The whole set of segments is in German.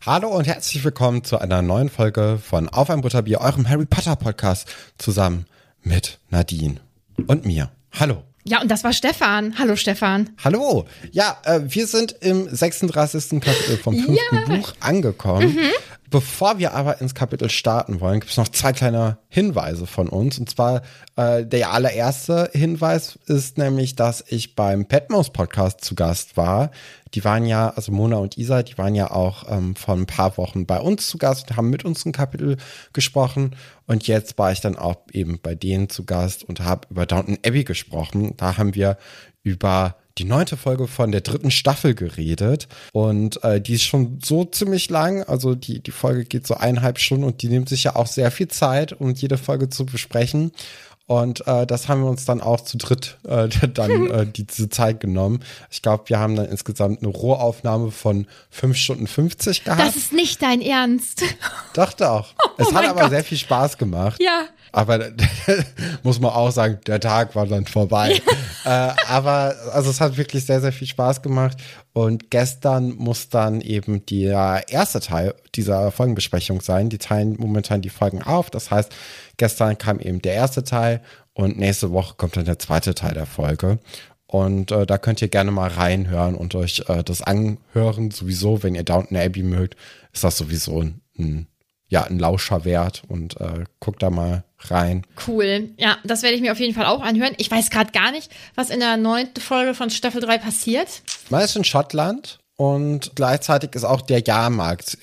Hallo und herzlich willkommen zu einer neuen Folge von Auf ein Butterbier, eurem Harry Potter Podcast, zusammen mit Nadine und mir. Hallo. Ja, und das war Stefan. Hallo, Stefan. Hallo. Ja, wir sind im 36. Kapitel vom 5. Buch angekommen. Bevor wir aber ins Kapitel starten wollen, gibt es noch 2 kleine Hinweise von uns. Und zwar der allererste Hinweis ist nämlich, dass ich beim Petmos Podcast zu Gast war. Die waren ja, also Mona und Isa, die waren ja auch vor ein paar Wochen bei uns zu Gast und haben mit uns ein Kapitel gesprochen. Und jetzt war ich dann auch eben bei denen zu Gast und habe über Downton Abbey gesprochen. Da haben wir über die 9. Folge von der 3. Staffel geredet. Und die ist schon so ziemlich lang. Also die Folge geht so 1,5 Stunden und die nimmt sich ja auch sehr viel Zeit, um jede Folge zu besprechen. Und das haben wir uns dann auch zu dritt diese Zeit genommen. Ich glaube, wir haben dann insgesamt eine Rohaufnahme von 5 Stunden 50 gehabt. Das ist nicht dein Ernst. Doch. Es hat aber sehr viel Spaß gemacht. Ja. Aber muss man auch sagen, der Tag war dann vorbei. Aber also es hat wirklich sehr, sehr viel Spaß gemacht. Und gestern muss dann eben der erste Teil dieser Folgenbesprechung sein. Die teilen momentan die Folgen auf. Das heißt, gestern kam eben der erste Teil und nächste Woche kommt dann der zweite Teil der Folge. Und da könnt ihr gerne mal reinhören und euch das anhören. Sowieso, wenn ihr Downton Abbey mögt, ist das sowieso ein Lauscher wert. Und guckt da mal rein. Cool. Ja, das werde ich mir auf jeden Fall auch anhören. Ich weiß gerade gar nicht, was in der 9. Folge von Staffel 3 passiert. Man ist in Schottland und gleichzeitig ist auch der Jahrmarkt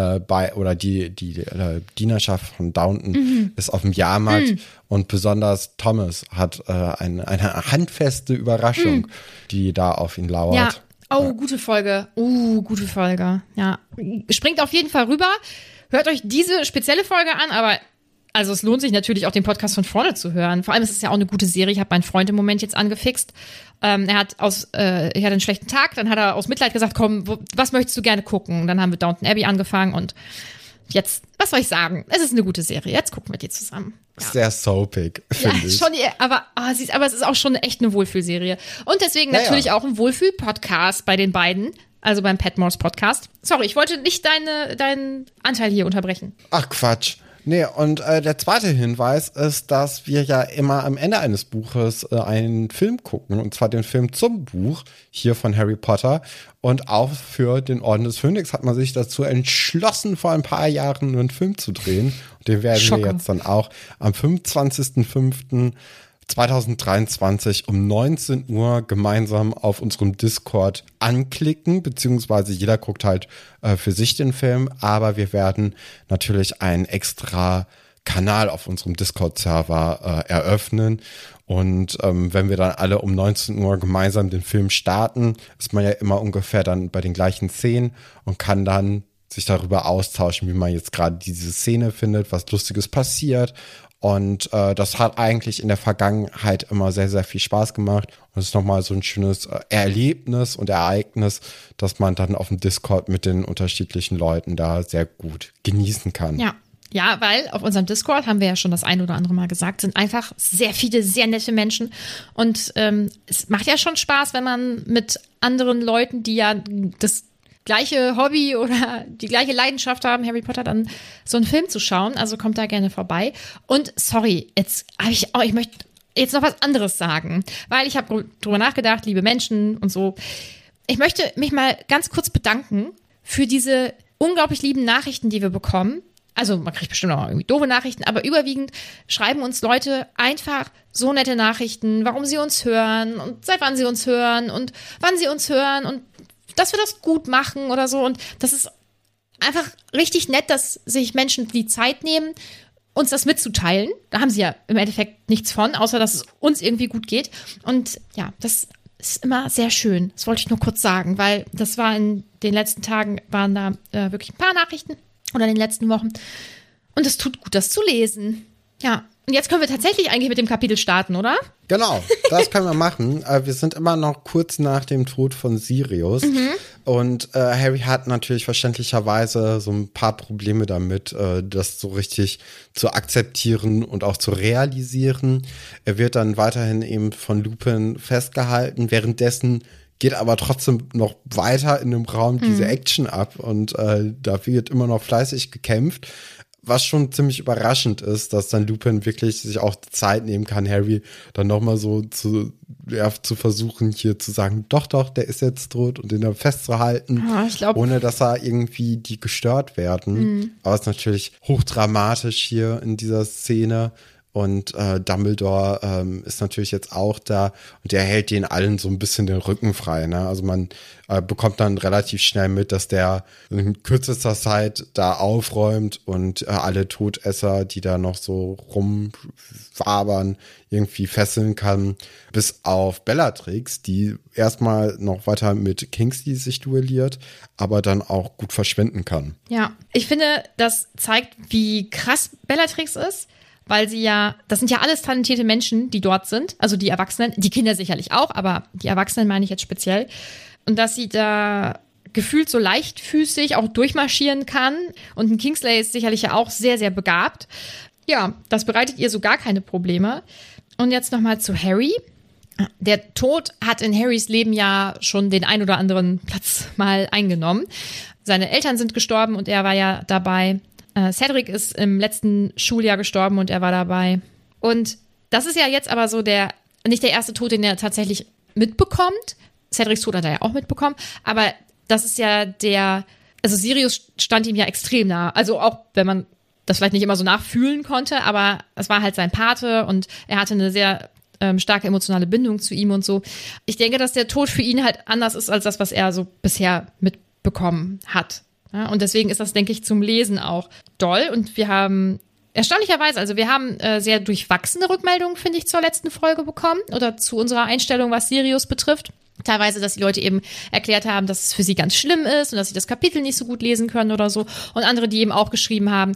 die Dienerschaft von Downton ist auf dem Jahrmarkt und besonders Thomas hat eine handfeste Überraschung, die da auf ihn lauert. Ja. Oh, gute Folge. Gute Folge. Ja. Springt auf jeden Fall rüber. Hört euch diese spezielle Folge an, aber also es lohnt sich natürlich auch, den Podcast von vorne zu hören. Vor allem ist es ja auch eine gute Serie. Ich habe meinen Freund im Moment jetzt angefixt. Er hatte einen schlechten Tag, dann hat er aus Mitleid gesagt, komm, was möchtest du gerne gucken? Und dann haben wir Downton Abbey angefangen und jetzt, was soll ich sagen? Es ist eine gute Serie. Jetzt gucken wir die zusammen. Ja. Sehr soapig, finde ich. Schon, aber es ist auch schon echt eine Wohlfühlserie. Und deswegen natürlich auch ein Wohlfühl-Podcast bei den beiden. Also beim Petmos Podcast. Sorry, ich wollte nicht deinen Anteil hier unterbrechen. Ach, Quatsch. Nee, und der zweite Hinweis ist, dass wir ja immer am Ende eines Buches einen Film gucken, und zwar den Film zum Buch hier von Harry Potter. Und auch für den Orden des Phönix hat man sich dazu entschlossen, vor ein paar Jahren einen Film zu drehen. Und den werden wir jetzt dann auch am 25.05.2023 um 19 Uhr gemeinsam auf unserem Discord anklicken, beziehungsweise jeder guckt halt für sich den Film, aber wir werden natürlich einen extra Kanal auf unserem Discord-Server eröffnen und wenn wir dann alle um 19 Uhr gemeinsam den Film starten, ist man ja immer ungefähr dann bei den gleichen Szenen und kann dann sich darüber austauschen, wie man jetzt gerade diese Szene findet, was Lustiges passiert. Und das hat eigentlich in der Vergangenheit immer sehr, sehr viel Spaß gemacht. Und es ist nochmal so ein schönes Erlebnis und Ereignis, dass man dann auf dem Discord mit den unterschiedlichen Leuten da sehr gut genießen kann. Ja, weil auf unserem Discord, haben wir ja schon das ein oder andere Mal gesagt, sind einfach sehr viele, sehr nette Menschen. Und es macht ja schon Spaß, wenn man mit anderen Leuten, die ja das gleiche Hobby oder die gleiche Leidenschaft haben, Harry Potter, dann so einen Film zu schauen. Also kommt da gerne vorbei. Und sorry, ich möchte jetzt noch was anderes sagen, weil ich habe drüber nachgedacht, liebe Menschen und so. Ich möchte mich mal ganz kurz bedanken für diese unglaublich lieben Nachrichten, die wir bekommen. Also man kriegt bestimmt auch irgendwie doofe Nachrichten, aber überwiegend schreiben uns Leute einfach so nette Nachrichten, warum sie uns hören und seit wann sie uns hören und wann sie uns hören und dass wir das gut machen oder so. Und das ist einfach richtig nett, dass sich Menschen die Zeit nehmen, uns das mitzuteilen. Da haben sie ja im Endeffekt nichts von, außer dass es uns irgendwie gut geht. Und ja, das ist immer sehr schön. Das wollte ich nur kurz sagen, weil das war in den letzten Tagen, waren da wirklich ein paar Nachrichten oder in den letzten Wochen. Und es tut gut, das zu lesen. Ja. Und jetzt können wir tatsächlich eigentlich mit dem Kapitel starten, oder? Genau, das können wir machen. Wir sind immer noch kurz nach dem Tod von Sirius. Und Harry hat natürlich verständlicherweise so ein paar Probleme damit, das so richtig zu akzeptieren und auch zu realisieren. Er wird dann weiterhin eben von Lupin festgehalten. Währenddessen geht aber trotzdem noch weiter in dem Raum diese Action ab und da wird immer noch fleißig gekämpft. Was schon ziemlich überraschend ist, dass dann Lupin wirklich sich auch die Zeit nehmen kann, Harry dann nochmal so zu versuchen, hier zu sagen, doch, der ist jetzt tot und den dann festzuhalten, ohne dass da irgendwie die gestört werden. Aber es ist natürlich hochdramatisch hier in dieser Szene. Und Dumbledore ist natürlich jetzt auch da und der hält den allen so ein bisschen den Rücken frei. Ne? Also man bekommt dann relativ schnell mit, dass der in kürzester Zeit da aufräumt und alle Todesser, die da noch so rumwabern, irgendwie fesseln kann. Bis auf Bellatrix, die erstmal noch weiter mit Kingsley sich duelliert, aber dann auch gut verschwinden kann. Ja, ich finde, das zeigt, wie krass Bellatrix ist. Weil sie das sind ja alles talentierte Menschen, die dort sind, also die Erwachsenen, die Kinder sicherlich auch, aber die Erwachsenen meine ich jetzt speziell. Und dass sie da gefühlt so leichtfüßig auch durchmarschieren kann. Und ein Kingsley ist sicherlich ja auch sehr, sehr begabt. Ja, das bereitet ihr so gar keine Probleme. Und jetzt nochmal zu Harry. Der Tod hat in Harrys Leben ja schon den ein oder anderen Platz mal eingenommen. Seine Eltern sind gestorben und er war ja dabei. Cedric ist im letzten Schuljahr gestorben und er war dabei. Und das ist ja jetzt aber so nicht der erste Tod, den er tatsächlich mitbekommt. Cedrics Tod hat er ja auch mitbekommen. Aber das ist ja also Sirius stand ihm ja extrem nah. Also auch, wenn man das vielleicht nicht immer so nachfühlen konnte, aber es war halt sein Pate und er hatte eine sehr starke emotionale Bindung zu ihm und so. Ich denke, dass der Tod für ihn halt anders ist als das, was er so bisher mitbekommen hat. Ja, und deswegen ist das, denke ich, zum Lesen auch doll. Und wir haben erstaunlicherweise, also wir haben sehr durchwachsene Rückmeldungen, finde ich, zur letzten Folge bekommen oder zu unserer Einstellung, was Sirius betrifft. Teilweise, dass die Leute eben erklärt haben, dass es für sie ganz schlimm ist und dass sie das Kapitel nicht so gut lesen können oder so. Und andere, die eben auch geschrieben haben,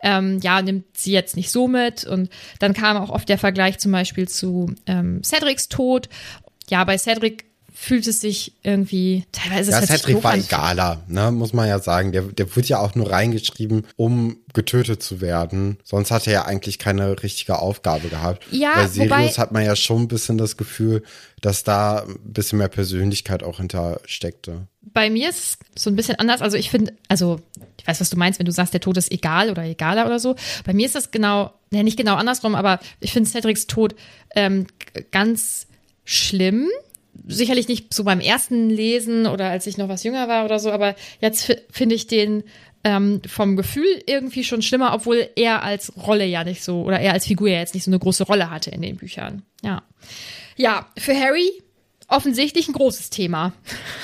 nimmt sie jetzt nicht so mit. Und dann kam auch oft der Vergleich zum Beispiel zu Cedrics Tod. Ja, bei Cedric fühlt es sich irgendwie, teilweise ist es Cedric war egaler, ne, muss man ja sagen. Der wird ja auch nur reingeschrieben, um getötet zu werden. Sonst hat er ja eigentlich keine richtige Aufgabe gehabt. Ja, bei Sirius hat man ja schon ein bisschen das Gefühl, dass da ein bisschen mehr Persönlichkeit auch hinter steckte. Bei mir ist es so ein bisschen anders. Also ich finde, ich weiß, was du meinst, wenn du sagst, der Tod ist egal oder egaler oder so. Bei mir ist das nicht genau andersrum, aber ich finde Cedrics Tod ganz schlimm. Sicherlich nicht so beim ersten Lesen oder als ich noch was jünger war oder so, aber jetzt finde ich den vom Gefühl irgendwie schon schlimmer, obwohl er als Rolle ja nicht so, oder er als Figur ja jetzt nicht so eine große Rolle hatte in den Büchern. Ja. Ja, für Harry offensichtlich ein großes Thema.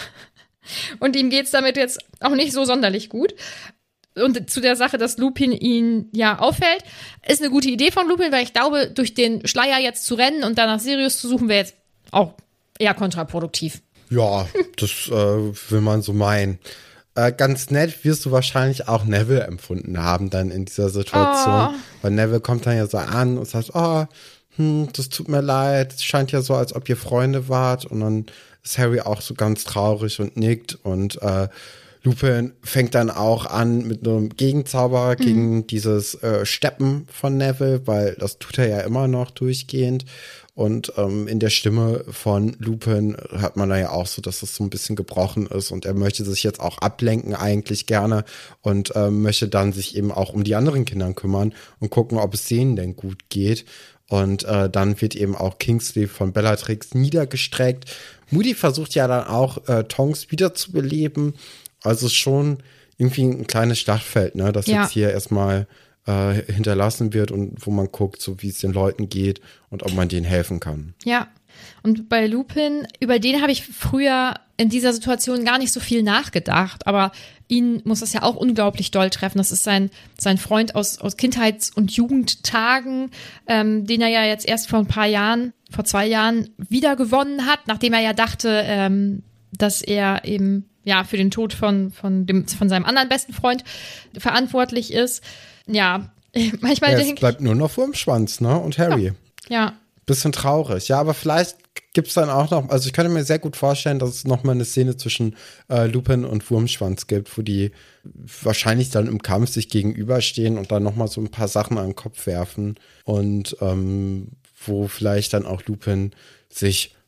Und ihm geht's damit jetzt auch nicht so sonderlich gut. Und zu der Sache, dass Lupin ihn ja auffällt, ist eine gute Idee von Lupin, weil ich glaube, durch den Schleier jetzt zu rennen und danach Sirius zu suchen, wäre jetzt auch eher kontraproduktiv. Ja, das will man so meinen. Ganz nett wirst du wahrscheinlich auch Neville empfunden haben dann in dieser Situation. Weil Neville kommt dann ja so an und sagt, das tut mir leid, es scheint ja so, als ob ihr Freunde wart. Und dann ist Harry auch so ganz traurig und nickt. Und Lupin fängt dann auch an mit einem Gegenzauber gegen dieses Steppen von Neville, weil das tut er ja immer noch durchgehend. Und in der Stimme von Lupin hört man da ja auch so, dass es so ein bisschen gebrochen ist und er möchte sich jetzt auch ablenken eigentlich gerne und möchte dann sich eben auch um die anderen Kinder kümmern und gucken, ob es denen denn gut geht. Und dann wird eben auch Kingsley von Bellatrix niedergestreckt. Moody versucht ja dann auch Tonks wiederzubeleben. Also schon irgendwie ein kleines Schlachtfeld, ne, das jetzt hier erstmal hinterlassen wird und wo man guckt, so wie es den Leuten geht und ob man denen helfen kann. Ja, und bei Lupin, über den habe ich früher in dieser Situation gar nicht so viel nachgedacht, aber ihn muss das ja auch unglaublich doll treffen. Das ist sein Freund aus Kindheits- und Jugendtagen, den er ja jetzt erst vor 2 Jahren wieder gewonnen hat, nachdem er ja dachte, dass er eben ja für den Tod von seinem anderen besten Freund verantwortlich ist. Ja, manchmal denke ich. Es bleibt nur noch Wurmschwanz, ne? Und Harry. Ja. Bisschen traurig. Ja, aber vielleicht gibt's dann auch noch, also ich könnte mir sehr gut vorstellen, dass es noch mal eine Szene zwischen Lupin und Wurmschwanz gibt, wo die wahrscheinlich dann im Kampf sich gegenüberstehen und dann noch mal so ein paar Sachen an den Kopf werfen und wo vielleicht dann auch Lupin sich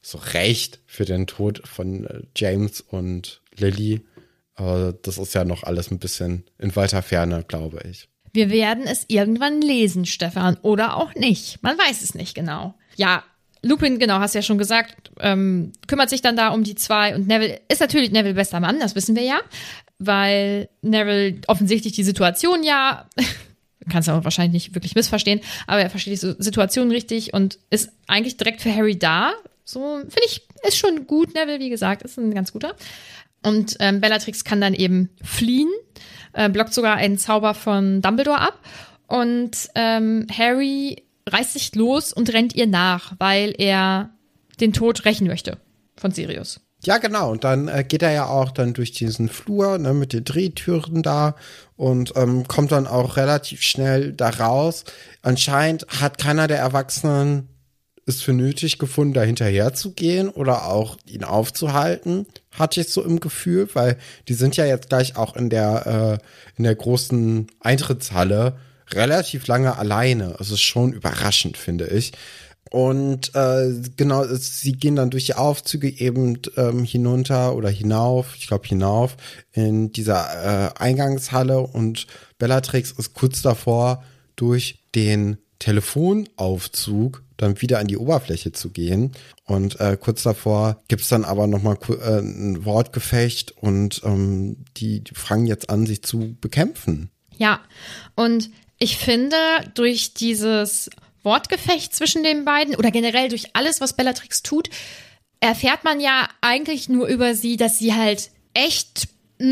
so recht für den Tod von James und Lily. Aber das ist ja noch alles ein bisschen in weiter Ferne, glaube ich. Wir werden es irgendwann lesen, Stefan, oder auch nicht. Man weiß es nicht genau. Ja, Lupin, genau, hast ja schon gesagt, kümmert sich dann da um die zwei und Neville ist natürlich Neville bester Mann, das wissen wir ja, weil Neville offensichtlich die Situation ja, kannst du auch wahrscheinlich nicht wirklich missverstehen, aber er versteht die Situation richtig und ist eigentlich direkt für Harry da. So, finde ich, ist schon gut. Neville, wie gesagt, ist ein ganz guter. Und Bellatrix kann dann eben fliehen, blockt sogar einen Zauber von Dumbledore ab und Harry reißt sich los und rennt ihr nach, weil er den Tod rächen möchte von Sirius. Ja, genau. Und dann geht er ja auch dann durch diesen Flur, ne, mit den Drehtüren da und kommt dann auch relativ schnell da raus. Anscheinend hat keiner der Erwachsenen es für nötig gefunden, da hinterher zu gehen oder auch ihn aufzuhalten, hatte ich so im Gefühl, weil die sind ja jetzt gleich auch in der großen Eintrittshalle relativ lange alleine. Es ist schon überraschend, finde ich. Und genau, sie gehen dann durch die Aufzüge eben hinunter oder hinauf, ich glaube hinauf, in dieser Eingangshalle und Bellatrix ist kurz davor, durch den Telefonaufzug dann wieder an die Oberfläche zu gehen. Und kurz davor gibt's dann aber nochmal ein Wortgefecht und die fangen jetzt an, sich zu bekämpfen. Ja, und ich finde, durch dieses Wortgefecht zwischen den beiden oder generell durch alles, was Bellatrix tut, erfährt man ja eigentlich nur über sie, dass sie halt echt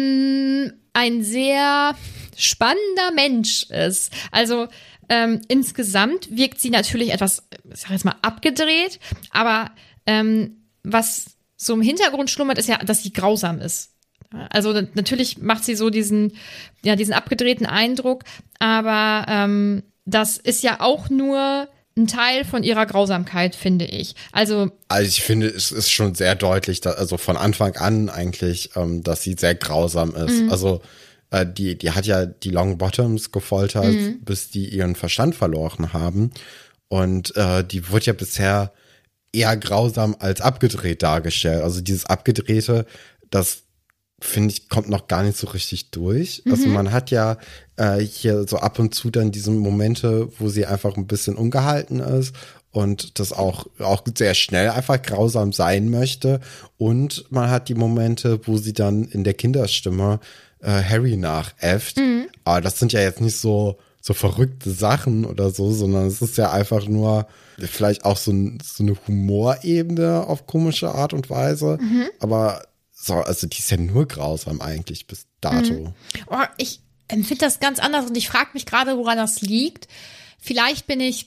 ein sehr spannender Mensch ist. Also insgesamt wirkt sie natürlich etwas, ich sag jetzt mal, abgedreht, aber was so im Hintergrund schlummert, ist ja, dass sie grausam ist. Also natürlich macht sie so diesen abgedrehten Eindruck, aber das ist ja auch nur ein Teil von ihrer Grausamkeit, finde ich. Also ich finde, es ist schon sehr deutlich, also von Anfang an eigentlich, dass sie sehr grausam ist. Mhm. Also die hat ja die Longbottoms gefoltert, bis die ihren Verstand verloren haben. Und die wird ja bisher eher grausam als abgedreht dargestellt. Also dieses Abgedrehte, das finde ich, kommt noch gar nicht so richtig durch. Also man hat ja hier so ab und zu dann diese Momente, wo sie einfach ein bisschen ungehalten ist und das auch sehr schnell einfach grausam sein möchte. Und man hat die Momente, wo sie dann in der Kinderstimme Harry nachäfft. Aber das sind ja jetzt nicht so verrückte Sachen oder so, sondern es ist ja einfach nur vielleicht auch so eine Humorebene auf komische Art und Weise. Aber so, also die ist ja nur grausam eigentlich bis dato. Oh, ich empfinde das ganz anders und ich frage mich gerade, woran das liegt. Vielleicht bin ich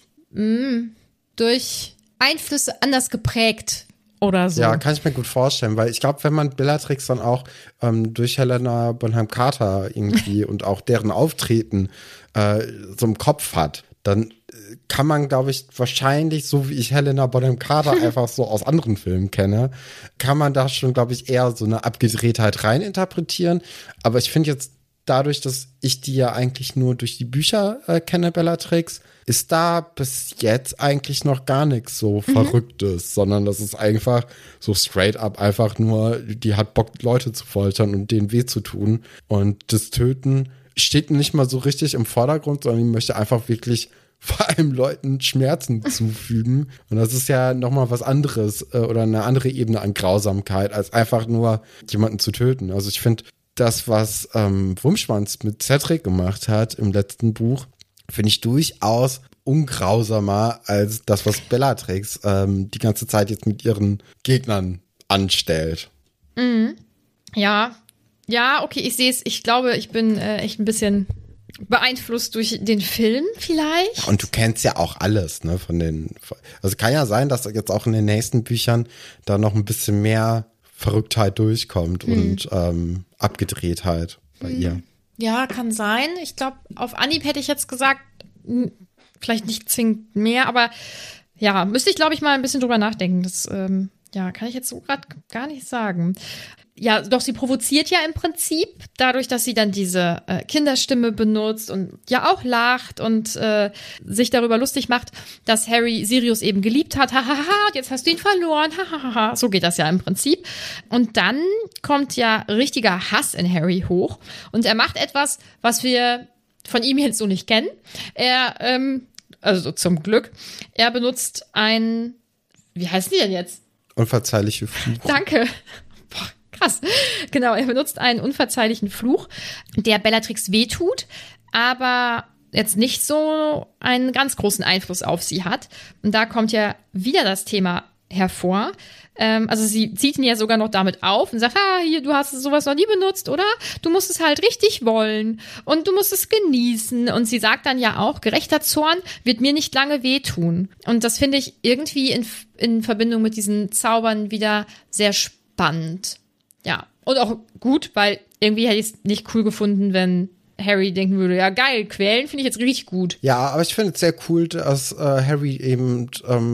durch Einflüsse anders geprägt oder so. Ja, kann ich mir gut vorstellen, weil ich glaube, wenn man Bellatrix dann auch durch Helena Bonham Carter irgendwie und auch deren Auftreten so im Kopf hat, dann kann man, glaube ich, wahrscheinlich, so wie ich Helena Bonham Carter einfach so aus anderen Filmen kenne, kann man da schon, glaube ich, eher so eine Abgedrehtheit reininterpretieren. Aber ich finde jetzt dadurch, dass ich die ja eigentlich nur durch die Bücher kenne, Bellatrix, ist da bis jetzt eigentlich noch gar nichts so Verrücktes, sondern das ist einfach so straight up einfach nur, die hat Bock, Leute zu foltern und denen weh zu tun. Und das Töten steht nicht mal so richtig im Vordergrund, sondern die möchte einfach wirklich vor allem Leuten Schmerzen zufügen. Und das ist ja nochmal was anderes oder eine andere Ebene an Grausamkeit, als einfach nur jemanden zu töten. Also ich finde, das, was Wurmschwanz mit Cedric gemacht hat im letzten Buch, finde ich durchaus ungrausamer als das, was Bellatrix die ganze Zeit jetzt mit ihren Gegnern anstellt. Ja, okay, ich sehe es. Ich glaube, ich bin echt ein bisschen beeinflusst durch den Film vielleicht. Ja, und du kennst ja auch alles, ne, also kann ja sein, dass jetzt auch in den nächsten Büchern da noch ein bisschen mehr Verrücktheit durchkommt und Abgedrehtheit bei ihr. Ja, kann sein. Ich glaube, auf Anhieb hätte ich jetzt gesagt, vielleicht nicht zwingend mehr, aber ja, müsste ich, glaube ich, mal ein bisschen drüber nachdenken. Das, kann ich jetzt so gerade gar nicht sagen. ja, doch sie provoziert ja im Prinzip, dadurch, dass sie dann diese Kinderstimme benutzt und ja auch lacht und sich darüber lustig macht, dass Harry Sirius eben geliebt hat. Hahaha, und jetzt hast du ihn verloren. Hahaha. So geht das ja im Prinzip. Und dann kommt ja richtiger Hass in Harry hoch und er macht etwas, was wir von ihm jetzt so nicht kennen. Also zum Glück, er benutzt wie heißen die denn jetzt? Unverzeihliche Fluch. Danke. Boah, krass. Genau, er benutzt einen unverzeihlichen Fluch, der Bellatrix wehtut, aber jetzt nicht so einen ganz großen Einfluss auf sie hat. Und da kommt ja wieder das Thema hervor. Also sie zieht ihn ja sogar noch damit auf und sagt, hier, du hast sowas noch nie benutzt, oder? Du musst es halt richtig wollen und du musst es genießen. Und sie sagt dann ja auch, gerechter Zorn wird mir nicht lange wehtun. Und das finde ich irgendwie in Verbindung mit diesen Zaubern wieder sehr spannend. Ja, und auch gut, weil irgendwie hätte ich es nicht cool gefunden, wenn Harry denken würde, ja geil, quälen finde ich jetzt richtig gut. Ja, aber ich finde es sehr cool, dass Harry eben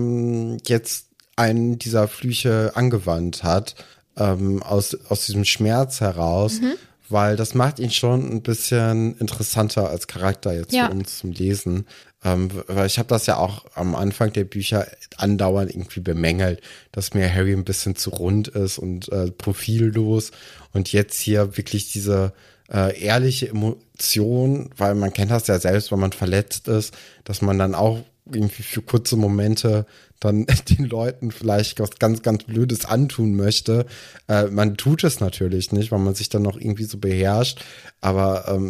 jetzt einen dieser Flüche angewandt hat, aus diesem Schmerz heraus, weil das macht ihn schon ein bisschen interessanter als Charakter jetzt für uns zum Lesen. Weil ich habe das ja auch am Anfang der Bücher andauernd irgendwie bemängelt, dass mir Harry ein bisschen zu rund ist und profillos und jetzt hier wirklich diese ehrliche Emotion, weil man kennt das ja selbst, wenn man verletzt ist, dass man dann auch irgendwie für kurze Momente dann den Leuten vielleicht was ganz, ganz Blödes antun möchte. Man tut es natürlich nicht, weil man sich dann noch irgendwie so beherrscht, aber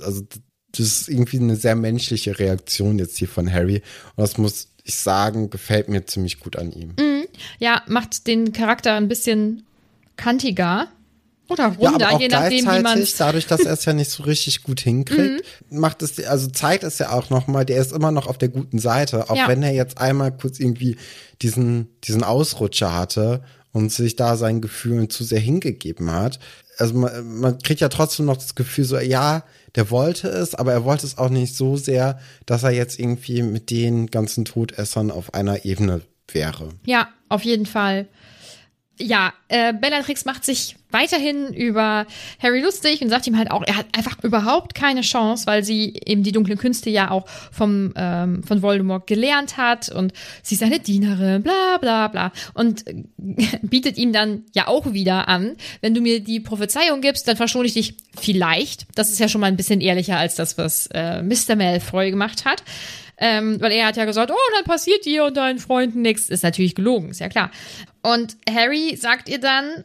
das ist irgendwie eine sehr menschliche Reaktion jetzt hier von Harry und das muss ich sagen, gefällt mir ziemlich gut an ihm. Ja, macht den Charakter ein bisschen kantiger. Oder runder, ja, aber auch je nachdem, wie man es. Dadurch, dass er es ja nicht so richtig gut hinkriegt, zeigt es ja auch nochmal, der ist immer noch auf der guten Seite, auch wenn er jetzt einmal kurz irgendwie diesen Ausrutscher hatte und sich da seinen Gefühlen zu sehr hingegeben hat. Also man kriegt ja trotzdem noch das Gefühl so, ja, der wollte es, aber er wollte es auch nicht so sehr, dass er jetzt irgendwie mit den ganzen Todessern auf einer Ebene wäre. Ja, auf jeden Fall. Ja, Bellatrix macht sich weiterhin über Harry lustig und sagt ihm halt auch, er hat einfach überhaupt keine Chance, weil sie eben die dunklen Künste ja auch von Voldemort gelernt hat und sie ist seine Dienerin, bla bla bla. Und bietet ihm dann ja auch wieder an, wenn du mir die Prophezeiung gibst, dann verschone ich dich vielleicht. Das ist ja schon mal ein bisschen ehrlicher als das, was Mr. Malfoy gemacht hat. Weil er hat ja gesagt, oh, dann passiert dir und deinen Freunden nichts. Ist natürlich gelogen, ist ja klar. Und Harry sagt ihr dann,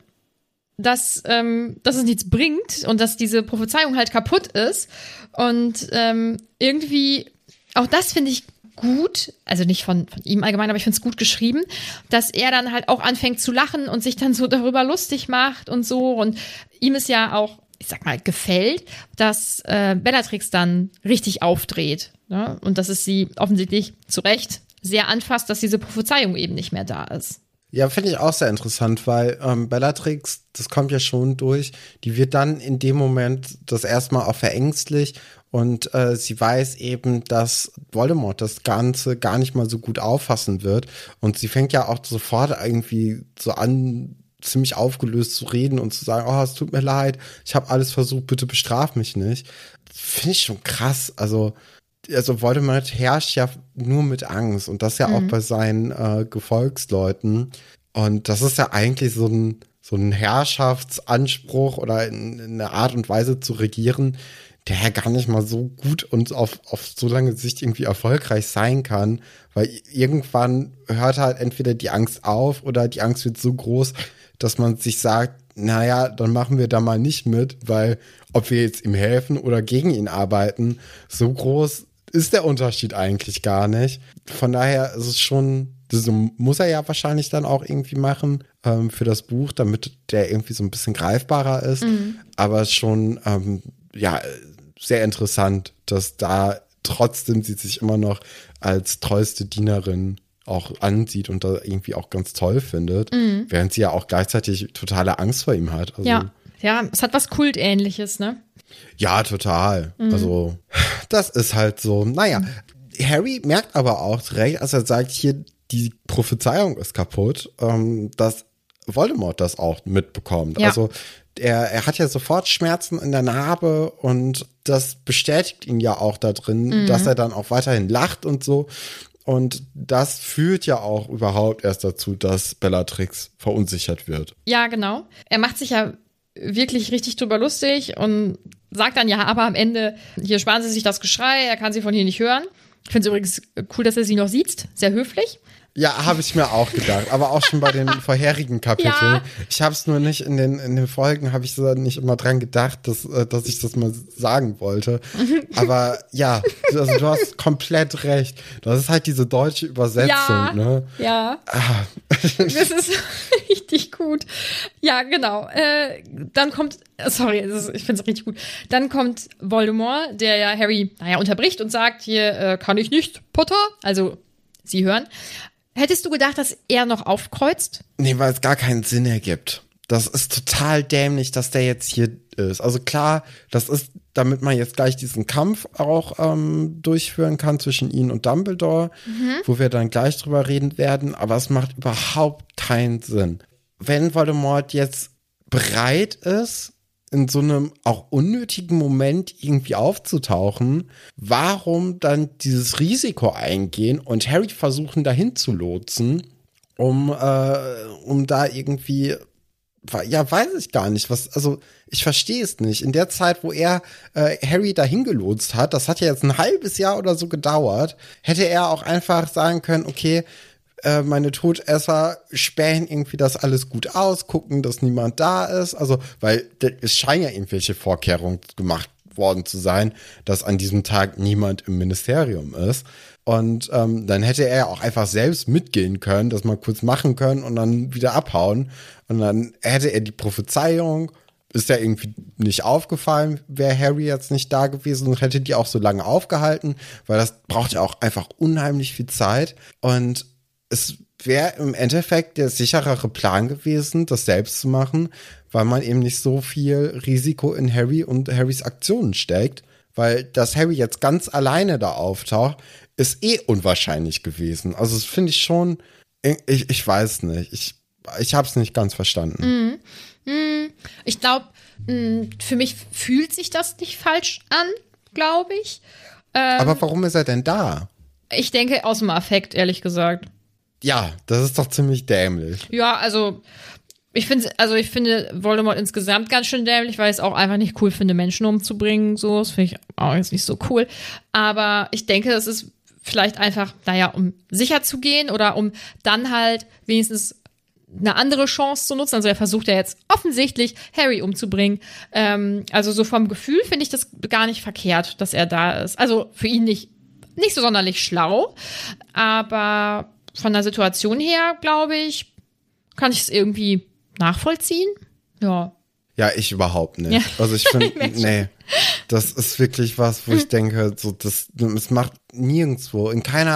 dass es nichts bringt und dass diese Prophezeiung halt kaputt ist. Und irgendwie, auch das finde ich gut, also nicht von ihm allgemein, aber ich finde es gut geschrieben, dass er dann halt auch anfängt zu lachen und sich dann so darüber lustig macht und so. Und ihm ist ja auch, ich sag mal, gefällt, dass Bellatrix dann richtig aufdreht. Ne? Und dass es sie offensichtlich zu Recht sehr anfasst, dass diese Prophezeiung eben nicht mehr da ist. Ja, finde ich auch sehr interessant, weil Bellatrix, das kommt ja schon durch, die wird dann in dem Moment das erstmal auch verängstlich und sie weiß eben, dass Voldemort das Ganze gar nicht mal so gut auffassen wird und sie fängt ja auch sofort irgendwie so an, ziemlich aufgelöst zu reden und zu sagen, oh, es tut mir leid, ich habe alles versucht, bitte bestraf mich nicht. Finde ich schon krass, also Voldemort herrscht ja nur mit Angst und das ja auch bei seinen Gefolgsleuten. Und das ist ja eigentlich so ein Herrschaftsanspruch oder eine Art und Weise zu regieren, der ja gar nicht mal so gut und auf so lange Sicht irgendwie erfolgreich sein kann. Weil irgendwann hört halt entweder die Angst auf oder die Angst wird so groß, dass man sich sagt, naja, dann machen wir da mal nicht mit, weil ob wir jetzt ihm helfen oder gegen ihn arbeiten, so groß ist der Unterschied eigentlich gar nicht. Von daher ist es schon, das muss er ja wahrscheinlich dann auch irgendwie machen für das Buch, damit der irgendwie so ein bisschen greifbarer ist. Aber schon, sehr interessant, dass da trotzdem sie sich immer noch als treueste Dienerin auch ansieht und da irgendwie auch ganz toll findet, während sie ja auch gleichzeitig totale Angst vor ihm hat. Also, ja, es hat was Kultähnliches, ne? Ja, total. Also, das ist halt so. Naja, Harry merkt aber auch direkt, als er sagt, hier, die Prophezeiung ist kaputt, dass Voldemort das auch mitbekommt. Ja. Also er hat ja sofort Schmerzen in der Narbe und das bestätigt ihn ja auch da drin, dass er dann auch weiterhin lacht und so. Und das führt ja auch überhaupt erst dazu, dass Bellatrix verunsichert wird. Ja, genau. Er macht sich ja wirklich richtig drüber lustig und sagt dann ja, aber am Ende, hier sparen Sie sich das Geschrei, er kann sie von hier nicht hören. Ich finde es übrigens cool, dass er sie noch sieht, sehr höflich. Ja, habe ich mir auch gedacht, aber auch schon bei den vorherigen Kapiteln. Ja. Ich habe es nur nicht in den Folgen, habe ich so nicht immer dran gedacht, dass ich das mal sagen wollte. Aber ja, also du hast komplett recht. Das ist halt diese deutsche Übersetzung, Ja, ne? ja. Ah. Das ist richtig gut. Ja, genau. Dann kommt, ich finde es richtig gut. Dann kommt Voldemort, der ja Harry, unterbricht und sagt, hier kann ich nicht, Potter. Also, Sie hören. Hättest du gedacht, dass er noch aufkreuzt? Nee, weil es gar keinen Sinn ergibt. Das ist total dämlich, dass der jetzt hier ist. Also klar, das ist, damit man jetzt gleich diesen Kampf auch durchführen kann zwischen ihm und Dumbledore, wo wir dann gleich drüber reden werden, aber es macht überhaupt keinen Sinn. Wenn Voldemort jetzt bereit ist, in so einem auch unnötigen Moment irgendwie aufzutauchen, warum dann dieses Risiko eingehen und Harry versuchen, dahin zu lotsen, um da irgendwie, ja, weiß ich gar nicht, also ich verstehe es nicht. In der Zeit, wo er Harry dahin gelotst hat, das hat ja jetzt ein halbes Jahr oder so gedauert, hätte er auch einfach sagen können, okay, meine Todesser spähen irgendwie das alles gut aus, gucken, dass niemand da ist. Also, weil es scheinen ja irgendwelche Vorkehrungen gemacht worden zu sein, dass an diesem Tag niemand im Ministerium ist. Und dann hätte er ja auch einfach selbst mitgehen können, das mal kurz machen können und dann wieder abhauen. Und dann hätte er die Prophezeiung, ist ja irgendwie nicht aufgefallen, wäre Harry jetzt nicht da gewesen und hätte die auch so lange aufgehalten, weil das braucht ja auch einfach unheimlich viel Zeit. Und es wäre im Endeffekt der sicherere Plan gewesen, das selbst zu machen, weil man eben nicht so viel Risiko in Harry und Harrys Aktionen steckt. Weil, dass Harry jetzt ganz alleine da auftaucht, ist unwahrscheinlich gewesen. Also das finde ich schon, ich weiß nicht, ich habe es nicht ganz verstanden. Ich glaube, für mich fühlt sich das nicht falsch an, glaube ich. Aber warum ist er denn da? Ich denke aus dem Affekt, ehrlich gesagt. Ja, das ist doch ziemlich dämlich. Ja, also ich finde Voldemort insgesamt ganz schön dämlich, weil ich es auch einfach nicht cool finde, Menschen umzubringen. So, das finde ich auch jetzt nicht so cool. Aber ich denke, es ist vielleicht einfach, um sicher zu gehen oder um dann halt wenigstens eine andere Chance zu nutzen. Also er versucht ja jetzt offensichtlich, Harry umzubringen. Also so vom Gefühl finde ich das gar nicht verkehrt, dass er da ist. Also für ihn nicht so sonderlich schlau, aber von der Situation her, glaube ich, kann ich es irgendwie nachvollziehen. Ja. Ja, ich überhaupt nicht. Ja. Also ich finde, nee, das ist wirklich was, wo ich denke, so es macht nirgendwo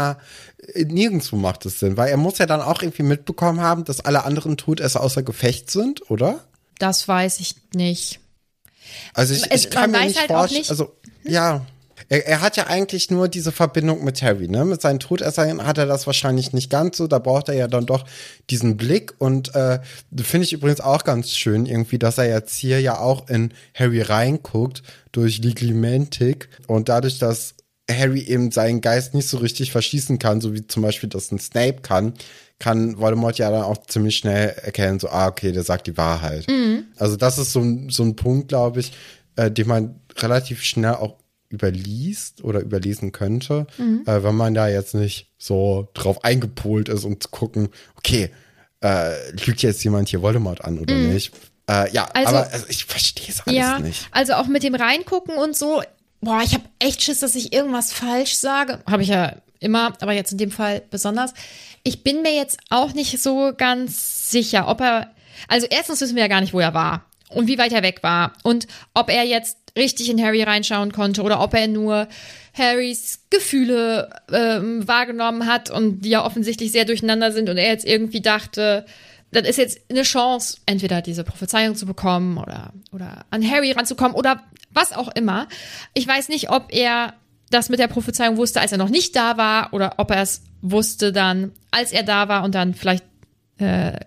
macht es Sinn, weil er muss ja dann auch irgendwie mitbekommen haben, dass alle anderen Todesser außer Gefecht sind, oder? Das weiß ich nicht. Also ich kann mir nicht vorstellen, also ja. Er hat ja eigentlich nur diese Verbindung mit Harry, ne? Mit seinen Todessern hat er das wahrscheinlich nicht ganz so. Da braucht er ja dann doch diesen Blick. Und finde ich übrigens auch ganz schön irgendwie, dass er jetzt hier ja auch in Harry reinguckt durch Legilimentik. Und dadurch, dass Harry eben seinen Geist nicht so richtig verschließen kann, so wie zum Beispiel das ein Snape kann Voldemort ja dann auch ziemlich schnell erkennen, so, okay, der sagt die Wahrheit. Also das ist so ein Punkt, glaube ich, den man relativ schnell auch überliest oder überlesen könnte, wenn man da jetzt nicht so drauf eingepolt ist, um zu gucken, okay, lügt jetzt jemand hier Voldemort an oder nicht? Aber ich verstehe es alles nicht. Also auch mit dem Reingucken und so, ich habe echt Schiss, dass ich irgendwas falsch sage. Habe ich ja immer, aber jetzt in dem Fall besonders. Ich bin mir jetzt auch nicht so ganz sicher, also erstens wissen wir ja gar nicht, wo er war und wie weit er weg war und ob er jetzt richtig in Harry reinschauen konnte oder ob er nur Harrys Gefühle wahrgenommen hat und die ja offensichtlich sehr durcheinander sind und er jetzt irgendwie dachte, das ist jetzt eine Chance, entweder diese Prophezeiung zu bekommen oder an Harry ranzukommen oder was auch immer. Ich weiß nicht, ob er das mit der Prophezeiung wusste, als er noch nicht da war oder ob er es wusste dann, als er da war und dann vielleicht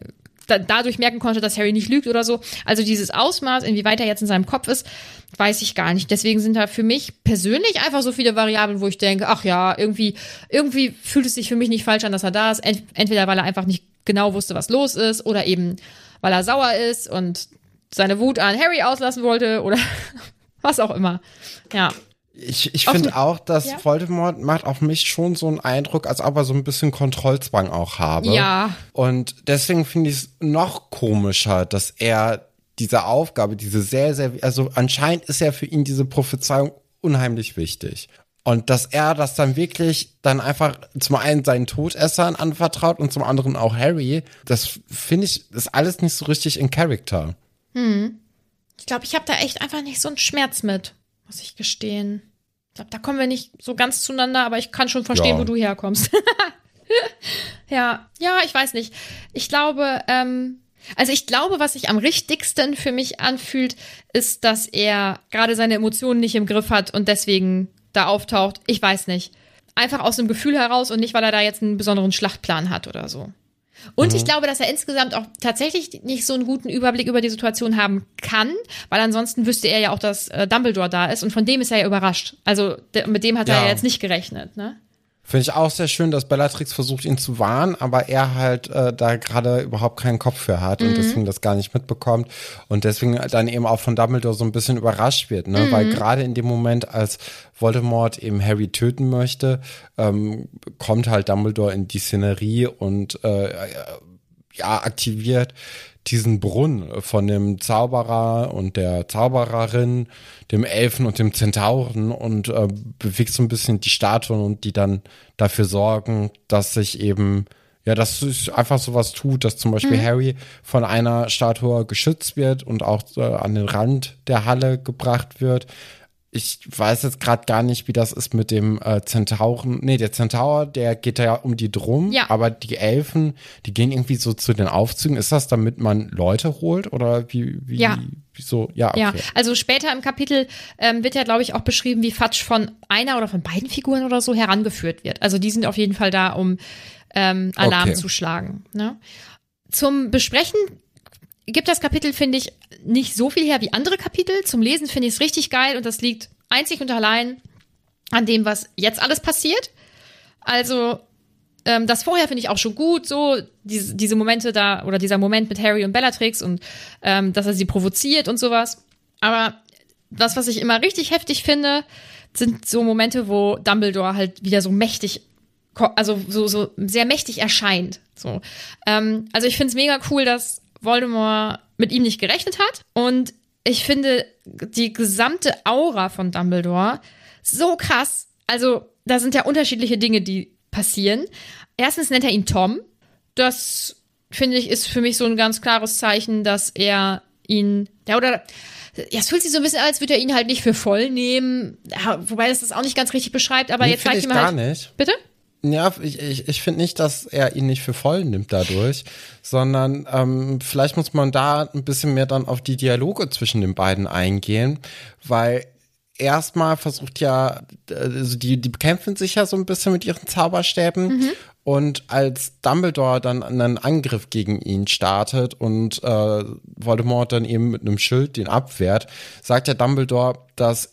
dadurch merken konnte, dass Harry nicht lügt oder so. Also dieses Ausmaß, inwieweit er jetzt in seinem Kopf ist, weiß ich gar nicht. Deswegen sind da für mich persönlich einfach so viele Variablen, wo ich denke, ach ja, irgendwie fühlt es sich für mich nicht falsch an, dass er da ist. Entweder weil er einfach nicht genau wusste, was los ist, oder eben weil er sauer ist und seine Wut an Harry auslassen wollte oder was auch immer. Ja. Ich finde auch, dass Voldemort macht auf mich schon so einen Eindruck, als ob er so ein bisschen Kontrollzwang auch habe. Ja. Und deswegen finde ich es noch komischer, dass er diese Aufgabe, diese also anscheinend ist ja für ihn diese Prophezeiung unheimlich wichtig. Und dass er das dann wirklich dann einfach zum einen seinen Todessern anvertraut und zum anderen auch Harry, das finde ich, ist alles nicht so richtig in Character. Ich glaube, ich habe da echt einfach nicht so einen Schmerz mit, muss ich gestehen. Ich glaube, da kommen wir nicht so ganz zueinander, aber ich kann schon verstehen, wo du herkommst. Ja, ich weiß nicht. Ich glaube, was sich am richtigsten für mich anfühlt, ist, dass er gerade seine Emotionen nicht im Griff hat und deswegen da auftaucht. Ich weiß nicht. Einfach aus einem Gefühl heraus und nicht, weil er da jetzt einen besonderen Schlachtplan hat oder so. Und ich glaube, dass er insgesamt auch tatsächlich nicht so einen guten Überblick über die Situation haben kann, weil ansonsten wüsste er ja auch, dass Dumbledore da ist und von dem ist er ja überrascht. Also mit dem hat er ja jetzt nicht gerechnet, ne? Finde ich auch sehr schön, dass Bellatrix versucht, ihn zu warnen, aber er halt da gerade überhaupt keinen Kopf für hat und deswegen das gar nicht mitbekommt und deswegen dann eben auch von Dumbledore so ein bisschen überrascht wird, ne? Weil gerade in dem Moment, als Voldemort eben Harry töten möchte, kommt halt Dumbledore in die Szenerie und aktiviert diesen Brunnen von dem Zauberer und der Zaubererin, dem Elfen und dem Zentauren und bewegt so ein bisschen die Statuen und die dann dafür sorgen, dass sich eben, dass sich einfach sowas tut, dass zum Beispiel Harry von einer Statue geschützt wird und auch an den Rand der Halle gebracht wird. Ich weiß jetzt gerade gar nicht, wie das ist mit dem Zentauren. Nee, der Zentaur, der geht ja um die drum, aber die Elfen, die gehen irgendwie so zu den Aufzügen. Ist das, damit man Leute holt oder wieso? Ja, okay. Ja, also später im Kapitel wird ja, glaube ich, auch beschrieben, wie Fudge von einer oder von beiden Figuren oder so herangeführt wird. Also die sind auf jeden Fall da, um Alarm zu schlagen. Ne? Zum Besprechen gibt das Kapitel, finde ich, nicht so viel her wie andere Kapitel. Zum Lesen finde ich es richtig geil und das liegt einzig und allein an dem, was jetzt alles passiert. Also das vorher finde ich auch schon gut, so diese Momente da oder dieser Moment mit Harry und Bellatrix und dass er sie provoziert und sowas. Aber das, was ich immer richtig heftig finde, sind so Momente, wo Dumbledore halt wieder so mächtig, also so sehr mächtig erscheint. So. Also ich finde es mega cool, dass Voldemort mit ihm nicht gerechnet hat. Und ich finde die gesamte Aura von Dumbledore so krass. Also da sind ja unterschiedliche Dinge, die passieren. Erstens nennt er ihn Tom. Das, finde ich, ist für mich so ein ganz klares Zeichen, dass er ihn, es fühlt sich so ein bisschen an, als würde er ihn halt nicht für voll nehmen. Ja, wobei das auch nicht ganz richtig beschreibt, aber jetzt zeigt ihm halt. Gar nicht. Bitte? Ja, ich finde nicht, dass er ihn nicht für voll nimmt dadurch, sondern vielleicht muss man da ein bisschen mehr dann auf die Dialoge zwischen den beiden eingehen, weil erstmal versucht also die bekämpfen sich ja so ein bisschen mit ihren Zauberstäben und als Dumbledore dann einen Angriff gegen ihn startet und Voldemort dann eben mit einem Schild den abwehrt, sagt ja Dumbledore, dass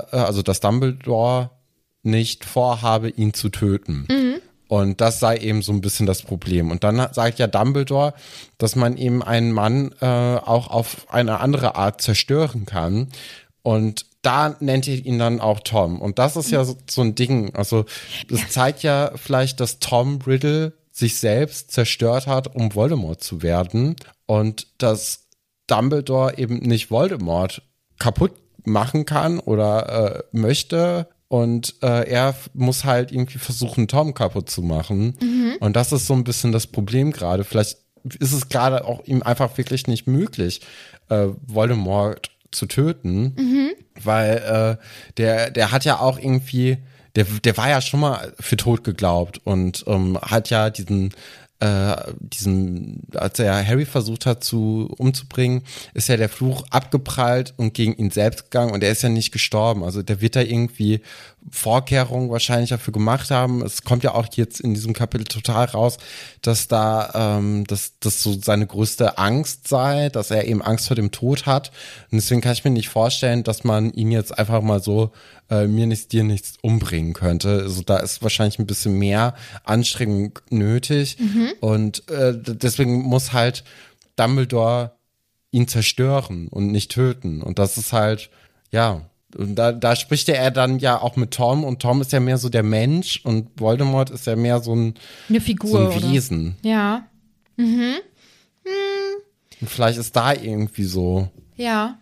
Dumbledore nicht vorhabe, ihn zu töten. Und das sei eben so ein bisschen das Problem. Und dann sagt ja Dumbledore, dass man eben einen Mann auch auf eine andere Art zerstören kann. Und da nennt ihr ihn dann auch Tom. Und das ist ja so ein Ding. Also das zeigt ja vielleicht, dass Tom Riddle sich selbst zerstört hat, um Voldemort zu werden. Und dass Dumbledore eben nicht Voldemort kaputt machen kann oder möchte. Und er muss halt irgendwie versuchen, Tom kaputt zu machen. Und das ist so ein bisschen das Problem gerade. Vielleicht ist es gerade auch ihm einfach wirklich nicht möglich, Voldemort zu töten. Weil der hat ja auch irgendwie, der war ja schon mal für tot geglaubt und hat ja diesen als er Harry versucht hat umzubringen, ist ja der Fluch abgeprallt und gegen ihn selbst gegangen und er ist ja nicht gestorben. Also der wird da irgendwie Vorkehrungen wahrscheinlich dafür gemacht haben. Es kommt ja auch jetzt in diesem Kapitel total raus, dass dass das so seine größte Angst sei, dass er eben Angst vor dem Tod hat. Und deswegen kann ich mir nicht vorstellen, dass man ihn jetzt einfach mal so mir nichts, dir nichts umbringen könnte. Also da ist wahrscheinlich ein bisschen mehr Anstrengung nötig. Und deswegen muss halt Dumbledore ihn zerstören und nicht töten. Und das ist halt, ja, und da spricht er dann ja auch mit Tom und Tom ist ja mehr so der Mensch und Voldemort ist ja mehr eine Figur, so ein Wesen. Oder? Ja. Und vielleicht ist da irgendwie so. Ja.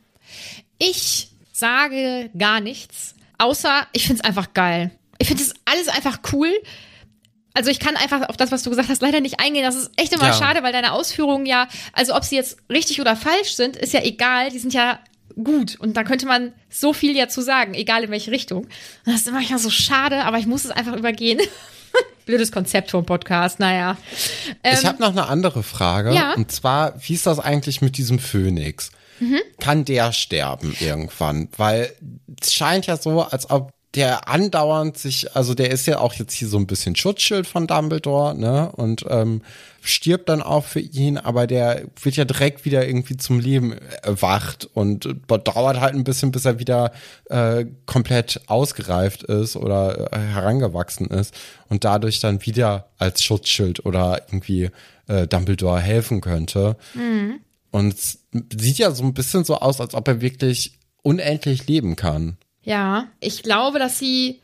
Ich sage gar nichts, außer ich finde es einfach geil. Ich finde das alles einfach cool. Also ich kann einfach auf das, was du gesagt hast, leider nicht eingehen. Das ist echt immer schade, weil deine Ausführungen ja, also ob sie jetzt richtig oder falsch sind, ist ja egal. Die sind ja gut. Und da könnte man so viel ja zu sagen, egal in welche Richtung. Und das ist manchmal so schade, aber ich muss es einfach übergehen. Blödes Konzept vom Podcast, naja. Ich habe noch eine andere Frage. Ja. Und zwar, wie ist das eigentlich mit diesem Phönix? Kann der sterben irgendwann? Weil es scheint ja so, als ob der andauernd also der ist ja auch jetzt hier so ein bisschen Schutzschild von Dumbledore, ne? Und stirbt dann auch für ihn, aber der wird ja direkt wieder irgendwie zum Leben erwacht und dauert halt ein bisschen, bis er wieder komplett ausgereift ist oder herangewachsen ist und dadurch dann wieder als Schutzschild oder irgendwie Dumbledore helfen könnte. Und es sieht ja so ein bisschen so aus, als ob er wirklich unendlich leben kann. Ja, ich glaube, dass sie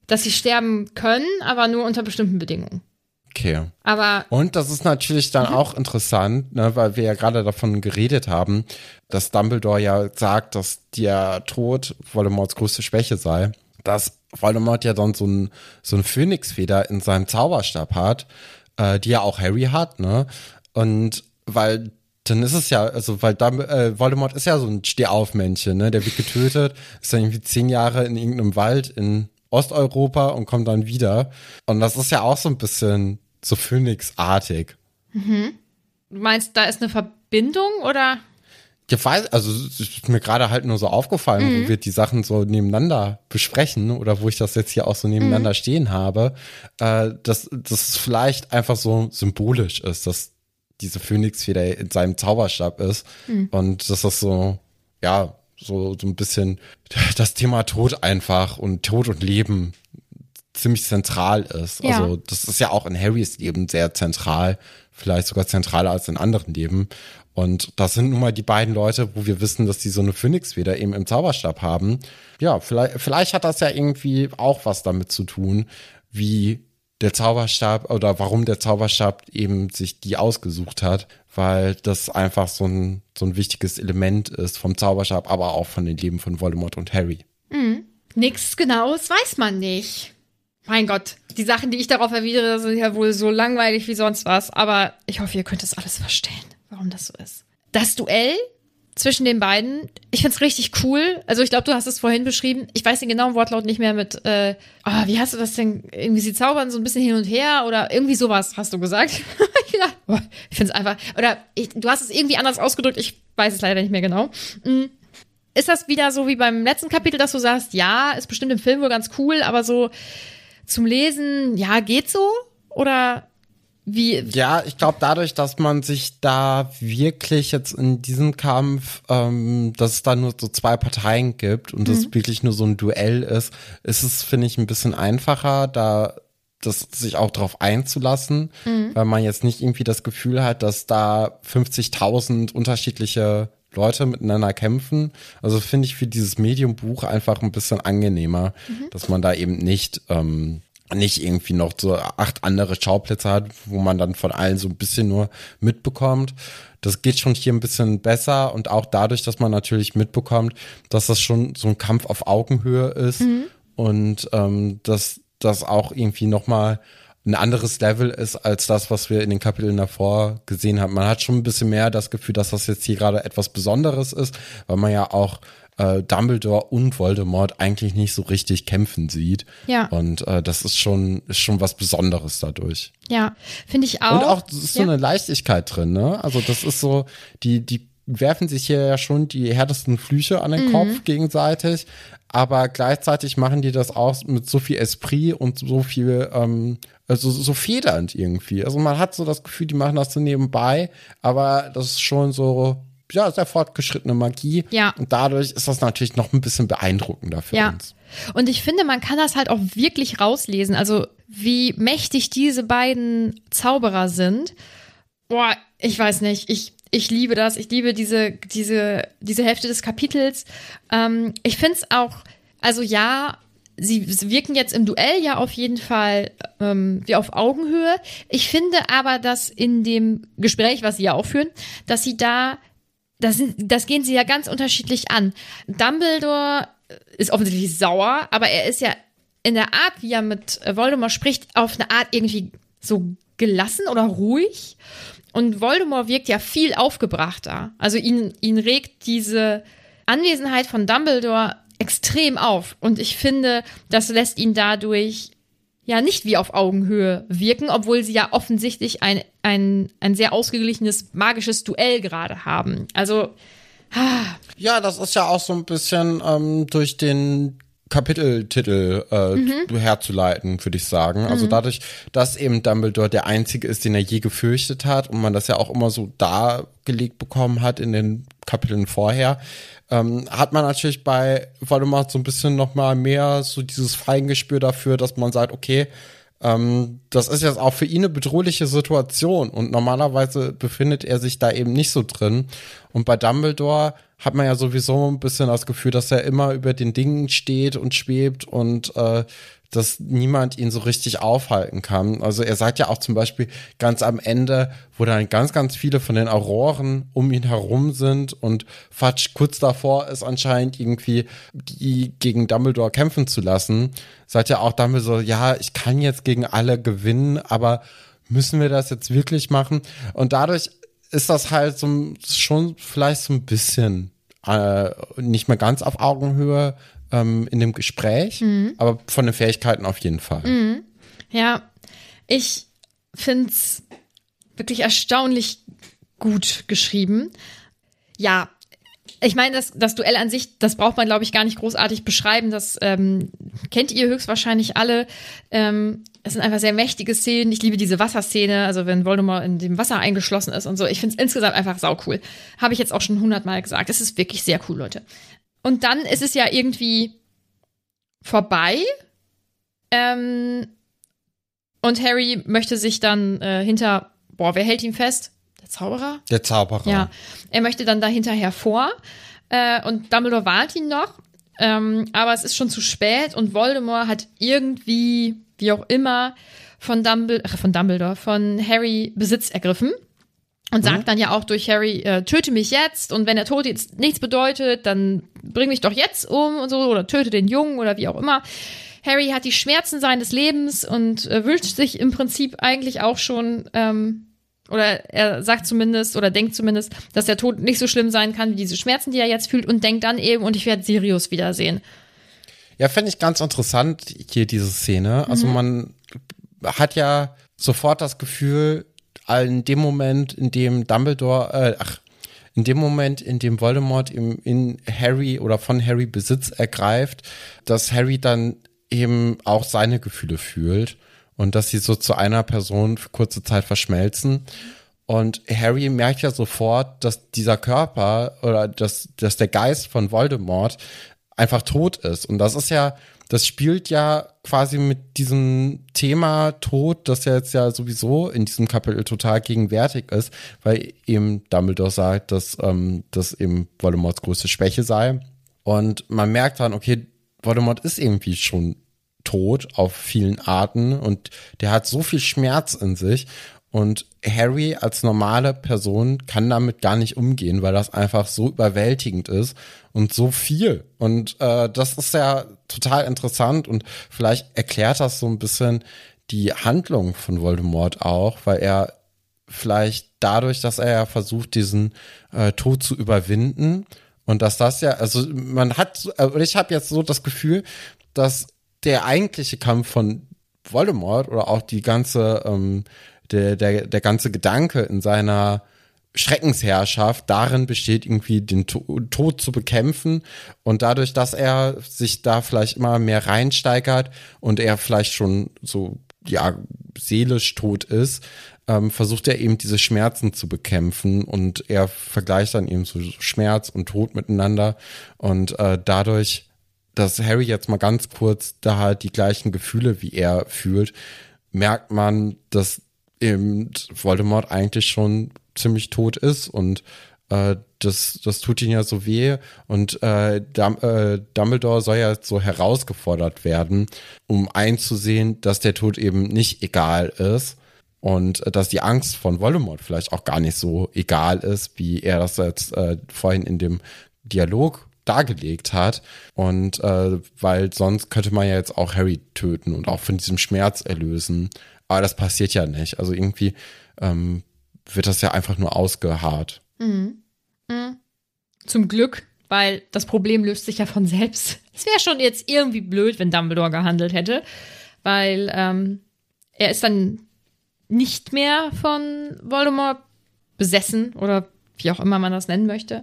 sterben können, aber nur unter bestimmten Bedingungen. Okay. Aber und das ist natürlich dann auch interessant, ne, weil wir ja gerade davon geredet haben, dass Dumbledore ja sagt, dass der Tod Voldemorts größte Schwäche sei. Dass Voldemort ja dann so ein Phönixfeder in seinem Zauberstab hat, die ja auch Harry hat, ne? Und weil dann ist es ja, also weil Voldemort ist ja so ein Stehaufmännchen, ne? Der wird getötet, ist dann irgendwie 10 Jahre in irgendeinem Wald in Osteuropa und kommt dann wieder. Und das ist ja auch so ein bisschen so Phönix-artig. Du meinst, da ist eine Verbindung, oder? Ich weiß, also es ist mir gerade halt nur so aufgefallen, wo wir die Sachen so nebeneinander besprechen oder wo ich das jetzt hier auch so nebeneinander stehen habe, dass es vielleicht einfach so symbolisch ist, dass diese Phönixfeder in seinem Zauberstab ist und dass das so, ja, so ein bisschen das Thema Tod einfach und Tod und Leben ziemlich zentral ist. Ja. Also das ist ja auch in Harrys Leben sehr zentral, vielleicht sogar zentraler als in anderen Leben. Und das sind nun mal die beiden Leute, wo wir wissen, dass die so eine Phönixfeder eben im Zauberstab haben. Ja, vielleicht hat das ja irgendwie auch was damit zu tun, wie der Zauberstab oder warum der Zauberstab eben sich die ausgesucht hat, weil das einfach so ein wichtiges Element ist vom Zauberstab, aber auch von den Leben von Voldemort und Harry. Nichts Genaues weiß man nicht. Mein Gott, die Sachen, die ich darauf erwidere, sind ja wohl so langweilig wie sonst was, aber ich hoffe, ihr könnt das alles verstehen, warum das so ist. Das Duell zwischen den beiden, ich find's richtig cool. Also ich glaube, du hast es vorhin beschrieben. Ich weiß den genauen Wortlaut nicht mehr mit, wie hast du das denn? Irgendwie sie zaubern so ein bisschen hin und her oder irgendwie sowas hast du gesagt. Ich find's einfach, du hast es irgendwie anders ausgedrückt, ich weiß es leider nicht mehr genau. Ist das wieder so wie beim letzten Kapitel, dass du sagst, ja, ist bestimmt im Film wohl ganz cool, aber so zum Lesen, ja, geht so? Oder wie? Ja, ich glaube, dadurch, dass man sich da wirklich jetzt in diesem Kampf, dass es da nur so 2 Parteien gibt und das wirklich nur so ein Duell ist es, finde ich, ein bisschen einfacher, da das sich auch drauf einzulassen, weil man jetzt nicht irgendwie das Gefühl hat, dass da 50.000 unterschiedliche Leute miteinander kämpfen. Also finde ich für dieses Medium-Buch einfach ein bisschen angenehmer, dass man da eben nicht irgendwie noch so 8 andere Schauplätze hat, wo man dann von allen so ein bisschen nur mitbekommt. Das geht schon hier ein bisschen besser und auch dadurch, dass man natürlich mitbekommt, dass das schon so ein Kampf auf Augenhöhe ist und dass das auch irgendwie nochmal ein anderes Level ist als das, was wir in den Kapiteln davor gesehen haben. Man hat schon ein bisschen mehr das Gefühl, dass das jetzt hier gerade etwas Besonderes ist, weil man ja auch Dumbledore und Voldemort eigentlich nicht so richtig kämpfen sieht. Ja. Und das ist schon was Besonderes dadurch. Ja, finde ich auch. Und auch ist so eine Leichtigkeit drin, ne? Also das ist so, die werfen sich hier ja schon die härtesten Flüche an den Kopf gegenseitig, aber gleichzeitig machen die das auch mit so viel Esprit und so viel, also so federnd irgendwie. Also man hat so das Gefühl, die machen das so nebenbei, aber das ist schon so, ja, sehr fortgeschrittene Magie. Ja. Und dadurch ist das natürlich noch ein bisschen beeindruckender für uns. Und ich finde, man kann das halt auch wirklich rauslesen. Also wie mächtig diese beiden Zauberer sind. Boah, ich weiß nicht. Ich liebe das. Ich liebe diese Hälfte des Kapitels. Ich finde es auch, also ja, sie wirken jetzt im Duell ja auf jeden Fall wie auf Augenhöhe. Ich finde aber, dass in dem Gespräch, was sie ja auch führen, dass sie das gehen sie ja ganz unterschiedlich an. Dumbledore ist offensichtlich sauer, aber er ist ja in der Art, wie er mit Voldemort spricht, auf eine Art irgendwie so gelassen oder ruhig. Und Voldemort wirkt ja viel aufgebrachter. Also ihn regt diese Anwesenheit von Dumbledore extrem auf. Und ich finde, das lässt ihn dadurch ja nicht wie auf Augenhöhe wirken, obwohl sie ja offensichtlich ein sehr ausgeglichenes magisches Duell gerade haben. Also ja, das ist ja auch so ein bisschen durch den Kapiteltitel herzuleiten, würde ich sagen. Also dadurch, dass eben Dumbledore der Einzige ist, den er je gefürchtet hat und man das ja auch immer so dargelegt bekommen hat in den Kapiteln vorher, hat man natürlich bei Voldemort so ein bisschen noch mal mehr so dieses Feingespür dafür, dass man sagt, okay, das ist jetzt auch für ihn eine bedrohliche Situation und normalerweise befindet er sich da eben nicht so drin. Und bei Dumbledore hat man ja sowieso ein bisschen das Gefühl, dass er immer über den Dingen steht und schwebt und dass niemand ihn so richtig aufhalten kann. Also er sagt ja auch zum Beispiel ganz am Ende, wo dann ganz, ganz viele von den Auroren um ihn herum sind und Fudge kurz davor ist anscheinend irgendwie, die gegen Dumbledore kämpfen zu lassen, sagt ja auch Dumbledore, ja, ich kann jetzt gegen alle gewinnen, aber müssen wir das jetzt wirklich machen? Und dadurch ist das halt so schon vielleicht so ein bisschen nicht mehr ganz auf Augenhöhe in dem Gespräch, aber von den Fähigkeiten auf jeden Fall. ja, ich finde es wirklich erstaunlich gut geschrieben. Ja, ich meine, das Duell an sich, das braucht man, glaube ich, gar nicht großartig beschreiben. Das kennt ihr höchstwahrscheinlich alle. Es sind einfach sehr mächtige Szenen. Ich liebe diese Wasserszene, also wenn Voldemort in dem Wasser eingeschlossen ist und so. Ich finde es insgesamt einfach saucool. Habe ich jetzt auch schon 100-mal gesagt. Es ist wirklich sehr cool, Leute. Und dann ist es ja irgendwie vorbei. Und Harry möchte sich dann wer hält ihn fest? Der Zauberer? Der Zauberer. Ja, er möchte dann da hinterher vor. Und Dumbledore warnt ihn noch. Aber es ist schon zu spät und Voldemort hat irgendwie, wie auch immer, von Harry Besitz ergriffen. Und sagt dann ja auch durch Harry, töte mich jetzt und wenn der Tod jetzt nichts bedeutet, dann bring mich doch jetzt um und so oder töte den Jungen oder wie auch immer. Harry hat die Schmerzen seines Lebens und wünscht sich im Prinzip eigentlich auch schon, oder er sagt zumindest oder denkt zumindest, dass der Tod nicht so schlimm sein kann wie diese Schmerzen, die er jetzt fühlt und denkt dann eben, und ich werde Sirius wiedersehen. Ja, finde ich ganz interessant hier diese Szene. Also man hat ja sofort das Gefühl, in dem Moment, in dem Voldemort in Harry oder von Harry Besitz ergreift, dass Harry dann eben auch seine Gefühle fühlt und dass sie so zu einer Person für kurze Zeit verschmelzen. Und Harry merkt ja sofort, dass dieser Körper oder dass der Geist von Voldemort einfach tot ist. Und das spielt ja quasi mit diesem Thema Tod, das ja jetzt ja sowieso in diesem Kapitel total gegenwärtig ist, weil eben Dumbledore sagt, dass das eben Voldemorts größte Schwäche sei. Und man merkt dann, okay, Voldemort ist irgendwie schon tot auf vielen Arten und der hat so viel Schmerz in sich. Und Harry als normale Person kann damit gar nicht umgehen, weil das einfach so überwältigend ist und so viel. Und das ist ja total interessant und vielleicht erklärt das so ein bisschen die Handlung von Voldemort auch, weil er vielleicht dadurch, dass er ja versucht, diesen Tod zu überwinden Und dass das ja, also ich habe jetzt so das Gefühl, dass der eigentliche Kampf von Voldemort oder auch die ganze, der ganze Gedanke in seiner Schreckensherrschaft darin besteht, irgendwie den Tod zu bekämpfen, und dadurch, dass er sich da vielleicht immer mehr reinsteigert und er vielleicht schon so, ja, seelisch tot ist, versucht er eben diese Schmerzen zu bekämpfen, und er vergleicht dann eben so Schmerz und Tod miteinander, und dadurch, dass Harry jetzt mal ganz kurz da halt die gleichen Gefühle wie er fühlt, merkt man, dass eben Voldemort eigentlich schon ziemlich tot ist, und das tut ihn ja so weh, und Dumbledore soll ja so herausgefordert werden, um einzusehen, dass der Tod eben nicht egal ist und dass die Angst von Voldemort vielleicht auch gar nicht so egal ist, wie er das jetzt vorhin in dem Dialog dargelegt hat, und weil sonst könnte man ja jetzt auch Harry töten und auch von diesem Schmerz erlösen, aber das passiert ja nicht, also irgendwie wird das ja einfach nur ausgeharrt. Mhm. Mhm. Zum Glück, weil das Problem löst sich ja von selbst. Es wäre schon jetzt irgendwie blöd, wenn Dumbledore gehandelt hätte, weil er ist dann nicht mehr von Voldemort besessen oder wie auch immer man das nennen möchte,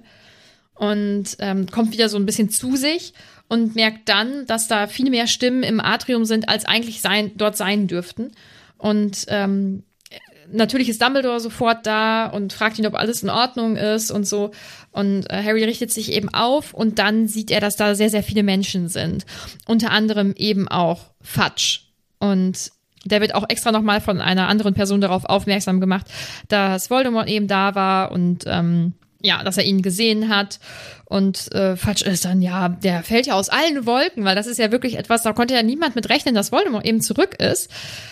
und kommt wieder so ein bisschen zu sich und merkt dann, dass da viel mehr Stimmen im Atrium sind, als eigentlich dort sein dürften. Und natürlich ist Dumbledore sofort da und fragt ihn, ob alles in Ordnung ist und so. Und Harry richtet sich eben auf, und dann sieht er, dass da sehr, sehr viele Menschen sind. Unter anderem eben auch Fudge. Und der wird auch extra nochmal von einer anderen Person darauf aufmerksam gemacht, dass Voldemort eben da war und dass er ihn gesehen hat. Und Fudge ist dann, ja, der fällt ja aus allen Wolken, weil das ist ja wirklich etwas, da konnte ja niemand mit rechnen, dass Voldemort eben zurück ist.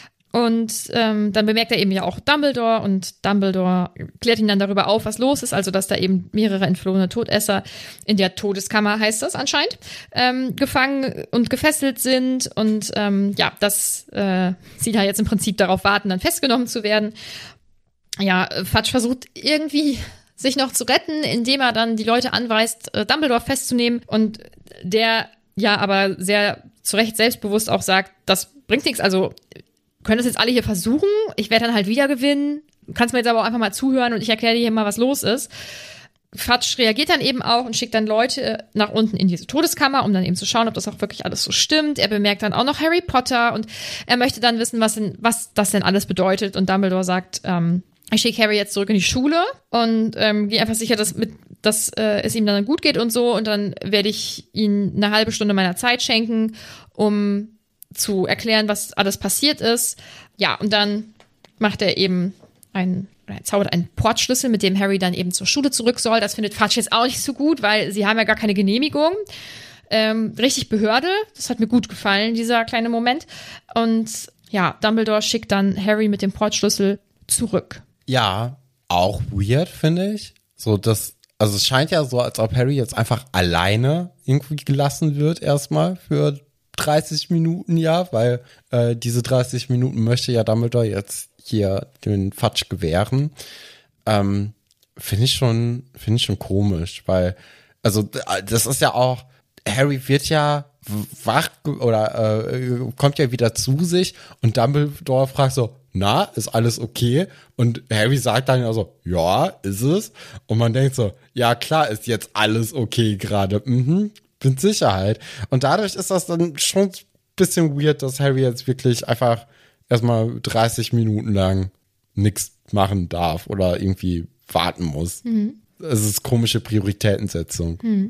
Und dann bemerkt er eben ja auch Dumbledore, und Dumbledore klärt ihn dann darüber auf, was los ist, also dass da eben mehrere entflohene Todesser in der Todeskammer, heißt das anscheinend, gefangen und gefesselt sind, und dass sie da jetzt im Prinzip darauf warten, dann festgenommen zu werden. Ja, Fudge versucht irgendwie sich noch zu retten, indem er dann die Leute anweist, Dumbledore festzunehmen, und der ja aber sehr zu Recht selbstbewusst auch sagt, das bringt nichts, also können das jetzt alle hier versuchen, ich werde dann halt wieder gewinnen, kannst mir jetzt aber auch einfach mal zuhören und ich erkläre dir hier mal, was los ist. Fudge reagiert dann eben auch und schickt dann Leute nach unten in diese Todeskammer, um dann eben zu schauen, ob das auch wirklich alles so stimmt. Er bemerkt dann auch noch Harry Potter, und er möchte dann wissen, was das denn alles bedeutet, und Dumbledore sagt, ich schicke Harry jetzt zurück in die Schule und gehe einfach sicher, dass es ihm dann gut geht und so, und dann werde ich ihm eine halbe Stunde meiner Zeit schenken, um zu erklären, was alles passiert ist. Ja, und dann macht er eben er zaubert einen Portschlüssel, mit dem Harry dann eben zur Schule zurück soll. Das findet Fudge jetzt auch nicht so gut, weil sie haben ja gar keine Genehmigung. Richtig Behörde, das hat mir gut gefallen, dieser kleine Moment. Und ja, Dumbledore schickt dann Harry mit dem Portschlüssel zurück. Ja, auch weird, finde ich. Also es scheint ja so, als ob Harry jetzt einfach alleine irgendwie gelassen wird erstmal für 30 Minuten, ja, weil diese 30 Minuten möchte ja Dumbledore jetzt hier den Fudge gewähren. Finde ich schon komisch, weil, also das ist ja auch, Harry wird ja wach oder kommt ja wieder zu sich, und Dumbledore fragt so, na, ist alles okay? Und Harry sagt dann ja so, ja, ist es. Und man denkt so, ja klar, ist jetzt alles okay gerade. Mit Sicherheit. Und dadurch ist das dann schon ein bisschen weird, dass Harry jetzt wirklich einfach erstmal 30 Minuten lang nichts machen darf oder irgendwie warten muss. Es ist komische Prioritätensetzung.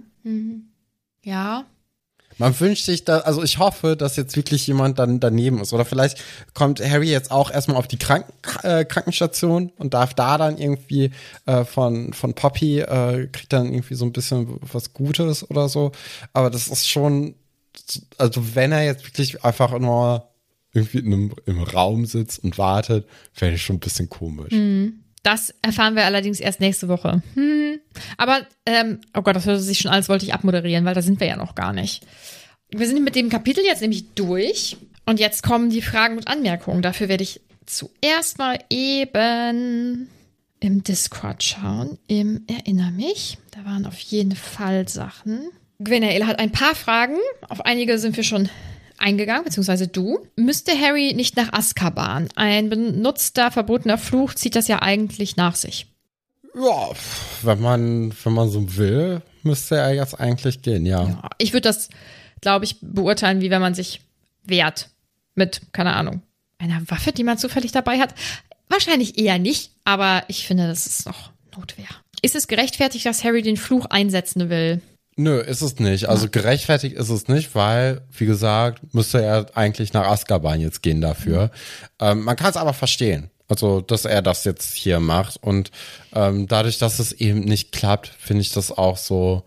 Ja. Man wünscht sich da, also ich hoffe, dass jetzt wirklich jemand dann daneben ist. Oder vielleicht kommt Harry jetzt auch erstmal auf die Krankenstation und darf da dann irgendwie von Poppy, kriegt dann irgendwie so ein bisschen was Gutes oder so. Aber das ist schon, also wenn er jetzt wirklich einfach nur irgendwie im Raum sitzt und wartet, fände ich schon ein bisschen komisch. Das erfahren wir allerdings erst nächste Woche. Aber, oh Gott, das hört sich schon alles, wollte ich abmoderieren, weil da sind wir ja noch gar nicht. Wir sind mit dem Kapitel jetzt nämlich durch, und jetzt kommen die Fragen und Anmerkungen. Dafür werde ich zuerst mal eben im Discord schauen. Im Erinner mich. Da waren auf jeden Fall Sachen. Gwenaëlle hat ein paar Fragen. Auf einige sind wir schon eingegangen, beziehungsweise du. Müsste Harry nicht nach Azkaban? Ein benutzter, verbotener Fluch zieht das ja eigentlich nach sich. Ja, wenn man so will, müsste er jetzt eigentlich gehen, ja. Ich würde das, glaube ich, beurteilen, wie wenn man sich wehrt mit, keine Ahnung, einer Waffe, die man zufällig dabei hat. Wahrscheinlich eher nicht, aber ich finde, das ist noch Notwehr. Ist es gerechtfertigt, dass Harry den Fluch einsetzen will? Nö, ist es nicht. Also gerechtfertigt ist es nicht, weil, wie gesagt, müsste er eigentlich nach Azkaban jetzt gehen dafür. Man kann es aber verstehen. Also, dass er das jetzt hier macht. Und dadurch, dass es eben nicht klappt, finde ich das auch so,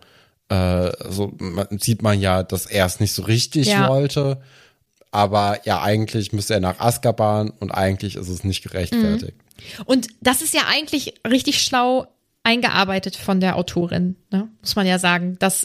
sieht man ja, dass er es nicht so richtig wollte. Aber ja, eigentlich müsste er nach Azkaban und eigentlich ist es nicht gerechtfertigt. Und das ist ja eigentlich richtig schlau eingearbeitet von der Autorin, ne? Muss man ja sagen, dass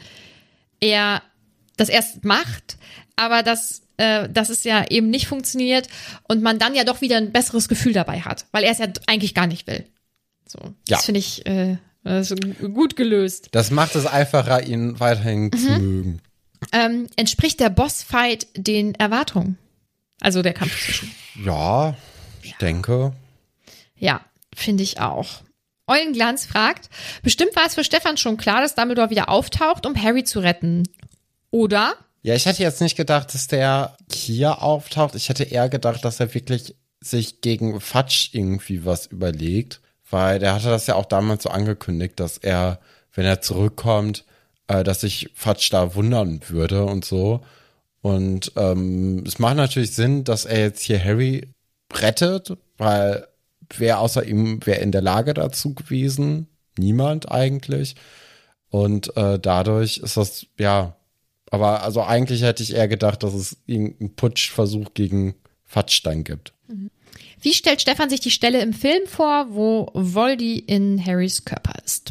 er das erst macht, aber dass es ja eben nicht funktioniert und man dann ja doch wieder ein besseres Gefühl dabei hat, weil er es ja eigentlich gar nicht will. So, das finde ich so gut gelöst. Das macht es einfacher, ihn weiterhin zu mögen. Entspricht der Bossfight den Erwartungen? Also der Kampf zwischen. Ja, ich denke. Ja, finde ich auch. Eulenglanz fragt, bestimmt war es für Stefan schon klar, dass Dumbledore wieder auftaucht, um Harry zu retten. Oder? Ja, ich hätte jetzt nicht gedacht, dass der hier auftaucht. Ich hätte eher gedacht, dass er wirklich sich gegen Fudge irgendwie was überlegt. Weil der hatte das ja auch damals so angekündigt, dass er, wenn er zurückkommt, dass sich Fudge da wundern würde und so. Und es macht natürlich Sinn, dass er jetzt hier Harry rettet, weil wer außer ihm wäre in der Lage dazu gewesen? Niemand eigentlich. Und dadurch ist das, ja, aber also eigentlich hätte ich eher gedacht, dass es irgendeinen Putschversuch gegen Fudge dann gibt. Wie stellt Stefan sich die Stelle im Film vor, wo Voldy in Harrys Körper ist?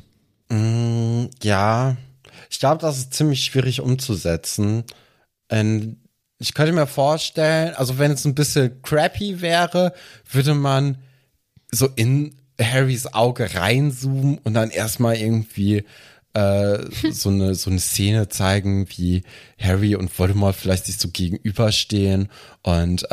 Ja, ich glaube, das ist ziemlich schwierig umzusetzen. Ich könnte mir vorstellen, also wenn es ein bisschen crappy wäre, würde man so in Harrys Auge reinzoomen und dann erstmal irgendwie so eine Szene zeigen, wie Harry und Voldemort vielleicht sich so gegenüberstehen und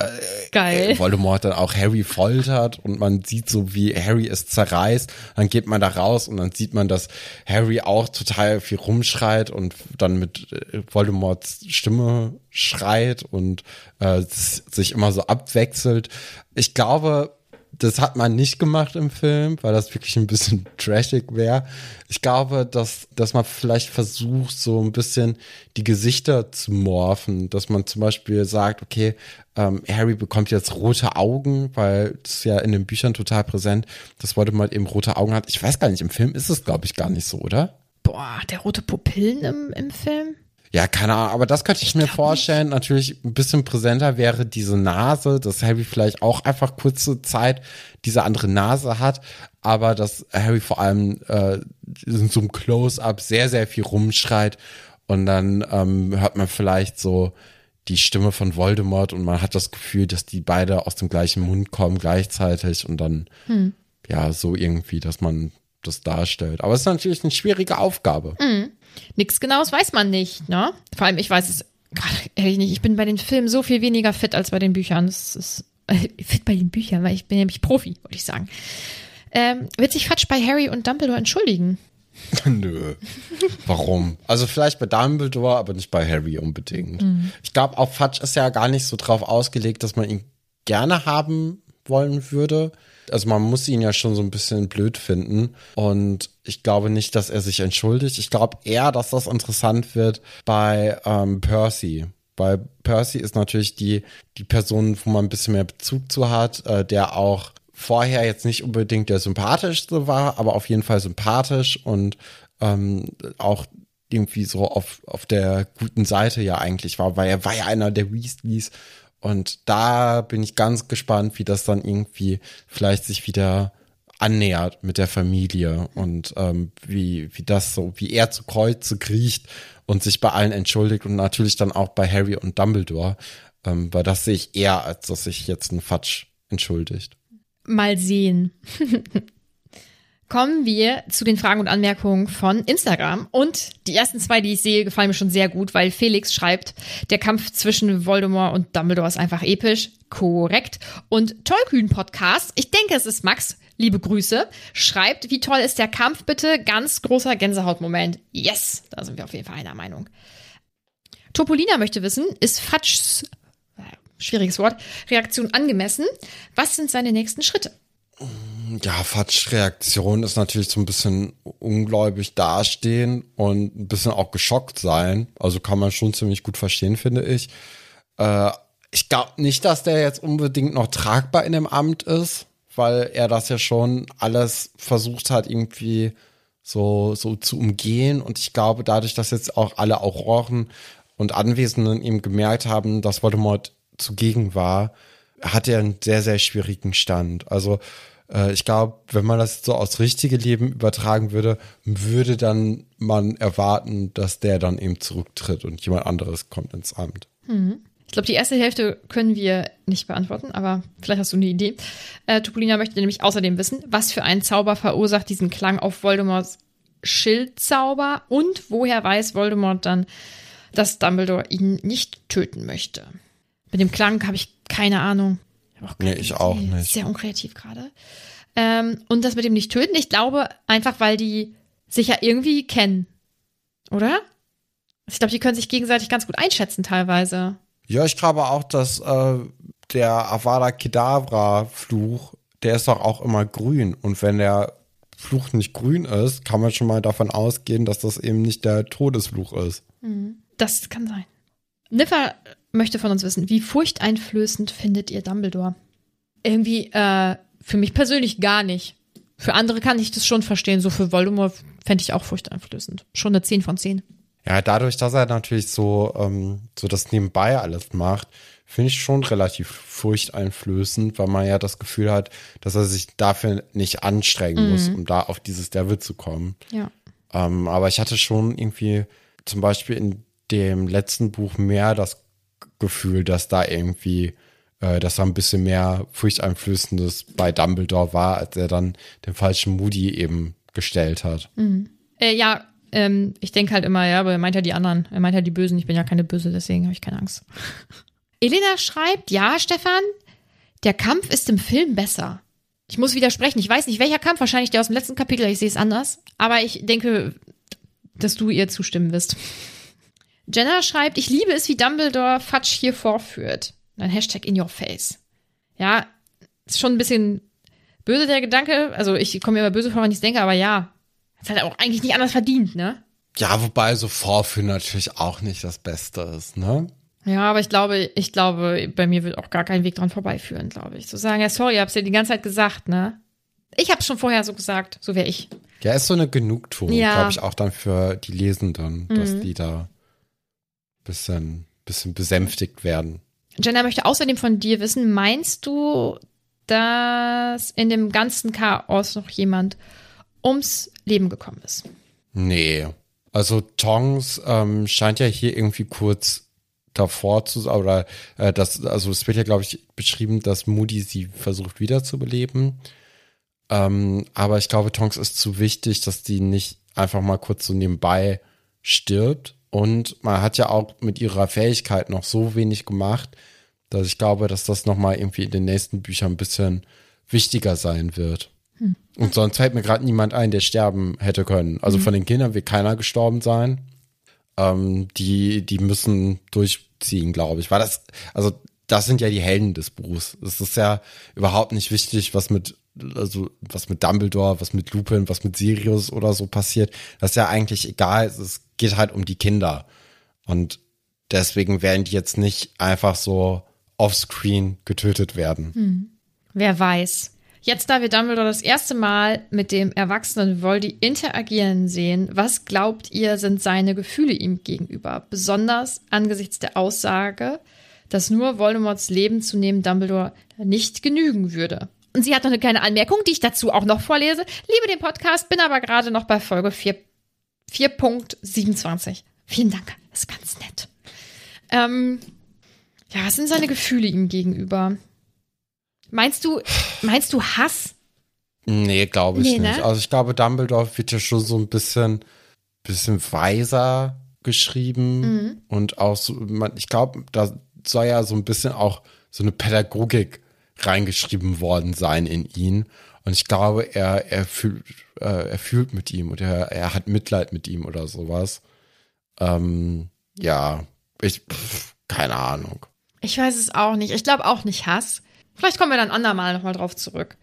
geil. Voldemort dann auch Harry foltert und man sieht so, wie Harry es zerreißt. Dann geht man da raus und dann sieht man, dass Harry auch total viel rumschreit und dann mit Voldemorts Stimme schreit und sich immer so abwechselt. Ich glaube, das hat man nicht gemacht im Film, weil das wirklich ein bisschen trashig wäre. Ich glaube, dass man vielleicht versucht, so ein bisschen die Gesichter zu morphen, dass man zum Beispiel sagt, okay, Harry bekommt jetzt rote Augen, weil das ist ja in den Büchern total präsent, dass Voldemort eben rote Augen hat. Ich weiß gar nicht, im Film ist es, glaube ich, gar nicht so, oder? Boah, der rote Pupillen im Film? Ja, keine Ahnung, aber das könnte ich mir vorstellen. Nicht. Natürlich ein bisschen präsenter wäre diese Nase, dass Harry vielleicht auch einfach kurze Zeit diese andere Nase hat, aber dass Harry vor allem in so einem Close-Up sehr, sehr viel rumschreit und dann hört man vielleicht so die Stimme von Voldemort und man hat das Gefühl, dass die beide aus dem gleichen Mund kommen gleichzeitig und dann ja, so irgendwie, dass man das darstellt. Aber es ist natürlich eine schwierige Aufgabe. Nichts Genaues weiß man nicht, ne? Vor allem, ich weiß es gerade ehrlich nicht. Ich bin bei den Filmen so viel weniger fit als bei den Büchern. Das ist fit bei den Büchern, weil ich bin nämlich Profi, wollte ich sagen. Wird sich Fudge bei Harry und Dumbledore entschuldigen? Nö. Warum? Also vielleicht bei Dumbledore, aber nicht bei Harry unbedingt. Ich glaube, auch Fudge ist ja gar nicht so drauf ausgelegt, dass man ihn gerne haben wollen würde. Also man muss ihn ja schon so ein bisschen blöd finden und ich glaube nicht, dass er sich entschuldigt. Ich glaube eher, dass das interessant wird bei Percy. Weil Percy ist natürlich die Person, wo man ein bisschen mehr Bezug zu hat, der auch vorher jetzt nicht unbedingt der sympathischste war, aber auf jeden Fall sympathisch und auch irgendwie so auf der guten Seite ja eigentlich war, weil er war ja einer der Weasleys. Und da bin ich ganz gespannt, wie das dann irgendwie vielleicht sich wieder annähert mit der Familie und wie das so, wie er zu Kreuze kriecht und sich bei allen entschuldigt und natürlich dann auch bei Harry und Dumbledore, weil das sehe ich eher, als dass sich jetzt ein Fudge entschuldigt. Mal sehen. Kommen wir zu den Fragen und Anmerkungen von Instagram. Und die ersten 2, die ich sehe, gefallen mir schon sehr gut, weil Felix schreibt, der Kampf zwischen Voldemort und Dumbledore ist einfach episch. Korrekt. Und Tollkühn-Podcast, ich denke, es ist Max, liebe Grüße, schreibt, wie toll ist der Kampf bitte? Ganz großer Gänsehautmoment. Yes, da sind wir auf jeden Fall einer Meinung. Topolina möchte wissen, ist Fatschs, schwieriges Wort, Reaktion angemessen? Was sind seine nächsten Schritte? Ja, Fatschs Reaktion ist natürlich so ein bisschen ungläubig dastehen und ein bisschen auch geschockt sein. Also kann man schon ziemlich gut verstehen, finde ich. Ich glaube nicht, dass der jetzt unbedingt noch tragbar in dem Amt ist, weil er das ja schon alles versucht hat, irgendwie so zu umgehen. Und ich glaube, dadurch, dass jetzt auch alle Auroren und Anwesenden ihm gemerkt haben, dass Voldemort zugegen war, hat er einen sehr, sehr schwierigen Stand. Also ich glaube, wenn man das so aufs richtige Leben übertragen würde, würde dann man erwarten, dass der dann eben zurücktritt und jemand anderes kommt ins Amt. Ich glaube, die erste Hälfte können wir nicht beantworten, aber vielleicht hast du eine Idee. Topolina möchte nämlich außerdem wissen, was für ein Zauber verursacht diesen Klang auf Voldemorts Schildzauber und woher weiß Voldemort dann, dass Dumbledore ihn nicht töten möchte. Mit dem Klang habe ich keine Ahnung. Ich auch nicht. Sehr unkreativ gerade. Und das mit dem Nicht-Töten, ich glaube einfach, weil die sich ja irgendwie kennen. Oder? Ich glaube, die können sich gegenseitig ganz gut einschätzen teilweise. Ja, ich glaube auch, dass der Avada Kedavra-Fluch, der ist doch auch immer grün. Und wenn der Fluch nicht grün ist, kann man schon mal davon ausgehen, dass das eben nicht der Todesfluch ist. Das kann sein. Niffer möchte von uns wissen, wie furchteinflößend findet ihr Dumbledore? Irgendwie, für mich persönlich gar nicht. Für andere kann ich das schon verstehen. So für Voldemort fände ich auch furchteinflößend. Schon eine 10 von 10. Ja, dadurch, dass er natürlich so das nebenbei alles macht, finde ich schon relativ furchteinflößend, weil man ja das Gefühl hat, dass er sich dafür nicht anstrengen muss, um da auf dieses Level zu kommen. Ja. Aber ich hatte schon irgendwie zum Beispiel in dem letzten Buch mehr das Gefühl, dass da irgendwie, dass da ein bisschen mehr Furchteinflößendes bei Dumbledore war, als er dann den falschen Moody eben gestellt hat. Ich denke halt immer, ja, aber er meint ja die anderen. Er meint ja die Bösen. Ich bin ja keine Böse, deswegen habe ich keine Angst. Elena schreibt, ja, Stefan, der Kampf ist im Film besser. Ich muss widersprechen. Ich weiß nicht, welcher Kampf, wahrscheinlich der aus dem letzten Kapitel, ich sehe es anders. Aber ich denke, dass du ihr zustimmen wirst. Jenna schreibt, ich liebe es, wie Dumbledore Fudge hier vorführt. Ein Hashtag in your face. Ja, ist schon ein bisschen böse der Gedanke. Also ich komme mir immer böse vor, wenn ich es denke, aber ja, ist halt auch eigentlich nicht anders verdient, ne? Ja, wobei so Vorführen natürlich auch nicht das Beste ist, ne? Ja, aber ich glaube, bei mir wird auch gar kein Weg dran vorbeiführen, glaube ich. Zu sagen, ja, sorry, ich hab's dir die ganze Zeit gesagt, ne? Ich hab's schon vorher so gesagt, so wäre ich. Ja, ist so eine Genugtuung, glaube ich, auch dann für die Lesenden, dass die da bisschen besänftigt werden. Jenna möchte außerdem von dir wissen, meinst du, dass in dem ganzen Chaos noch jemand ums Leben gekommen ist? Nee. Also Tonks scheint ja hier irgendwie kurz davor zu sein, oder es wird ja, glaube ich, beschrieben, dass Moody sie versucht wiederzubeleben. Aber ich glaube, Tonks ist zu wichtig, dass die nicht einfach mal kurz so nebenbei stirbt. Und man hat ja auch mit ihrer Fähigkeit noch so wenig gemacht, dass ich glaube, dass das nochmal irgendwie in den nächsten Büchern ein bisschen wichtiger sein wird. Und sonst fällt mir gerade niemand ein, der sterben hätte können. Also von den Kindern wird keiner gestorben sein. Die müssen durchziehen, glaube ich. Das sind ja die Helden des Buchs. Es ist ja überhaupt nicht wichtig, was mit Dumbledore, was mit Lupin, was mit Sirius oder so passiert. Das ist ja eigentlich egal. Es geht halt um die Kinder. Und deswegen werden die jetzt nicht einfach so offscreen getötet werden. Wer weiß. Jetzt, da wir Dumbledore das erste Mal mit dem erwachsenen Voldy interagieren sehen, was glaubt ihr, sind seine Gefühle ihm gegenüber? Besonders angesichts der Aussage, dass nur Voldemorts Leben zu nehmen Dumbledore nicht genügen würde. Und sie hat noch eine kleine Anmerkung, die ich dazu auch noch vorlese. Liebe den Podcast, bin aber gerade noch bei Folge 4.27. Vielen Dank, das ist ganz nett. Was sind seine Gefühle ihm gegenüber? Meinst du Hass? Nee, glaube ich Nee, ne? nicht. Also ich glaube, Dumbledore wird ja schon so ein bisschen weiser geschrieben und auch so, ich glaube, da soll ja so ein bisschen auch so eine Pädagogik reingeschrieben worden sein in ihn. Und ich glaube, er fühlt mit ihm und er hat Mitleid mit ihm oder sowas. Ja, keine Ahnung. Ich weiß es auch nicht. Ich glaube auch nicht Hass. Vielleicht kommen wir dann andermal nochmal drauf zurück.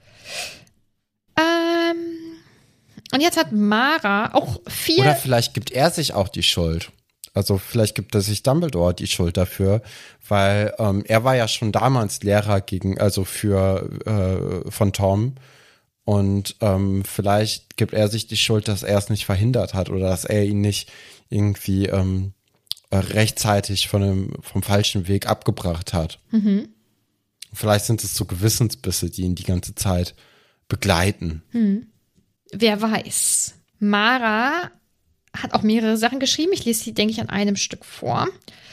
Und jetzt hat Mara auch 4. Oder vielleicht gibt er sich auch die Schuld. Also vielleicht gibt er sich Dumbledore die Schuld dafür, weil er war ja schon damals Lehrer von Tom. Und vielleicht gibt er sich die Schuld, dass er es nicht verhindert hat oder dass er ihn nicht irgendwie rechtzeitig vom falschen Weg abgebracht hat. Mhm. Vielleicht sind es so Gewissensbisse, die ihn die ganze Zeit begleiten. Wer weiß. Mara hat auch mehrere Sachen geschrieben. Ich lese sie, denke ich, an einem Stück vor.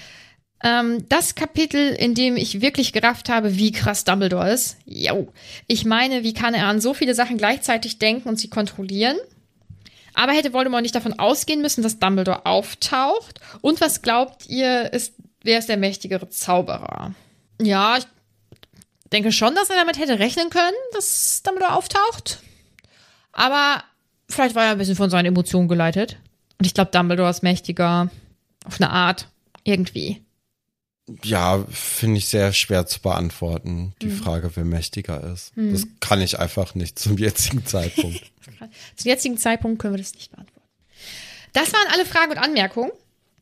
Das Kapitel, in dem ich wirklich gerafft habe, wie krass Dumbledore ist. Jo. Ich meine, wie kann er an so viele Sachen gleichzeitig denken und sie kontrollieren? Aber hätte Voldemort nicht davon ausgehen müssen, dass Dumbledore auftaucht? Und was glaubt ihr, wer ist der mächtigere Zauberer? Ja, ich denke schon, dass er damit hätte rechnen können, dass Dumbledore auftaucht. Aber vielleicht war er ein bisschen von seinen Emotionen geleitet. Und ich glaube, Dumbledore ist mächtiger. Auf eine Art. Irgendwie. Ja, finde ich sehr schwer zu beantworten, die Frage, wer mächtiger ist. Das kann ich einfach nicht zum jetzigen Zeitpunkt. Zum jetzigen Zeitpunkt können wir das nicht beantworten. Das waren alle Fragen und Anmerkungen.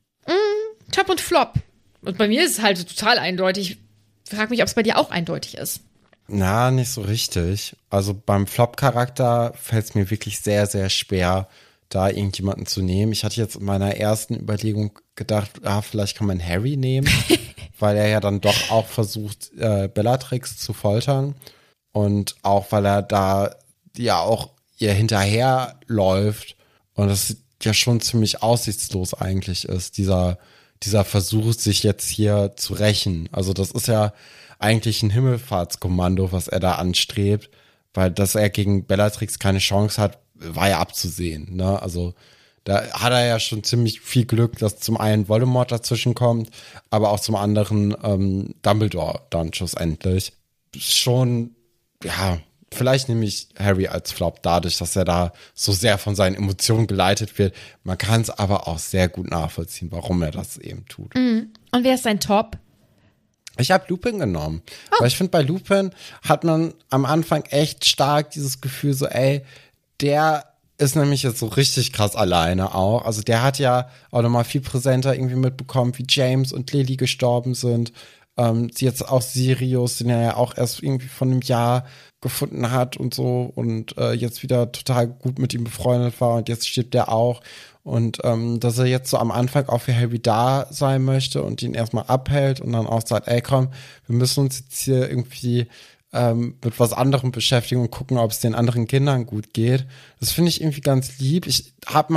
Top und Flop. Und bei mir ist es halt total eindeutig. Ich frage mich, ob es bei dir auch eindeutig ist. Na, nicht so richtig. Also beim Flop-Charakter fällt es mir wirklich sehr, sehr schwer, da irgendjemanden zu nehmen. Ich hatte jetzt in meiner ersten Überlegung gedacht, vielleicht kann man Harry nehmen, weil er ja dann doch auch versucht, Bellatrix zu foltern. Und auch, weil er da ja auch ihr hinterherläuft und das ja schon ziemlich aussichtslos eigentlich ist, dieser Versuch, sich jetzt hier zu rächen. Also das ist ja eigentlich ein Himmelfahrtskommando, was er da anstrebt, weil dass er gegen Bellatrix keine Chance hat, war ja abzusehen. Ne? Also da hat er ja schon ziemlich viel Glück, dass zum einen Voldemort dazwischen kommt, aber auch zum anderen Dumbledore dann schlussendlich. Schon, ja, vielleicht nehme ich Harry als Flop dadurch, dass er da so sehr von seinen Emotionen geleitet wird. Man kann es aber auch sehr gut nachvollziehen, warum er das eben tut. Und wer ist dein Top? Ich habe Lupin genommen, weil ich finde, bei Lupin hat man am Anfang echt stark dieses Gefühl so, ey, der ist nämlich jetzt so richtig krass alleine auch. Also der hat ja auch nochmal viel präsenter irgendwie mitbekommen, wie James und Lily gestorben sind. Jetzt auch Sirius, den er ja auch erst irgendwie von einem Jahr gefunden hat und so und jetzt wieder total gut mit ihm befreundet war und jetzt stirbt er auch. Und dass er jetzt so am Anfang auch für Harry da sein möchte und ihn erstmal abhält und dann auch sagt, ey komm, wir müssen uns jetzt hier irgendwie mit was anderem beschäftigen und gucken, ob es den anderen Kindern gut geht. Das finde ich irgendwie ganz lieb. Ich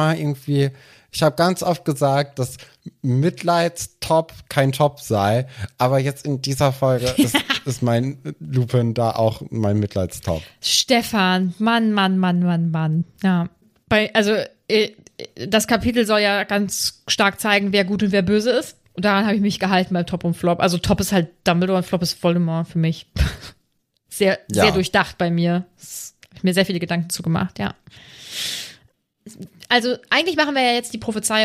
habe ganz oft gesagt, dass Mitleidstop kein Top sei, aber jetzt in dieser Folge ist mein Lupin da auch mein Mitleidstop. Stefan, Mann. Ja. Das Kapitel soll ja ganz stark zeigen, wer gut und wer böse ist. Und daran habe ich mich gehalten bei Top und Flop. Also Top ist halt Dumbledore und Flop ist Voldemort für mich. Sehr durchdacht bei mir. Habe ich mir sehr viele Gedanken zu gemacht, ja. Also eigentlich machen wir ja jetzt die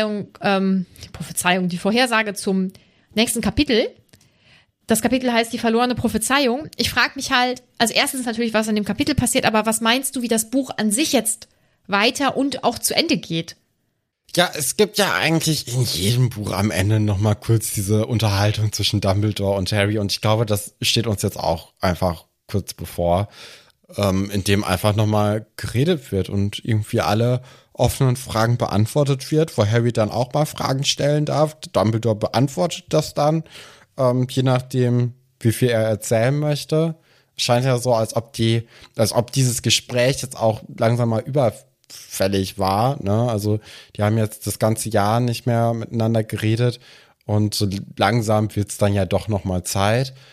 die Vorhersage zum nächsten Kapitel. Das Kapitel heißt die verlorene Prophezeiung. Ich frage mich halt, also erstens natürlich, was in dem Kapitel passiert, aber was meinst du, wie das Buch an sich jetzt weiter und auch zu Ende geht? Ja, es gibt ja eigentlich in jedem Buch am Ende noch mal kurz diese Unterhaltung zwischen Dumbledore und Harry und ich glaube, das steht uns jetzt auch einfach kurz bevor, in dem einfach noch mal geredet wird und irgendwie alle offenen Fragen beantwortet wird, wo Harry dann auch mal Fragen stellen darf. Dumbledore beantwortet das dann, je nachdem, wie viel er erzählen möchte. Scheint ja so, als ob dieses Gespräch jetzt auch langsam mal überfällig war, ne? Also die haben jetzt das ganze Jahr nicht mehr miteinander geredet und so langsam wird's dann ja doch noch mal Zeit.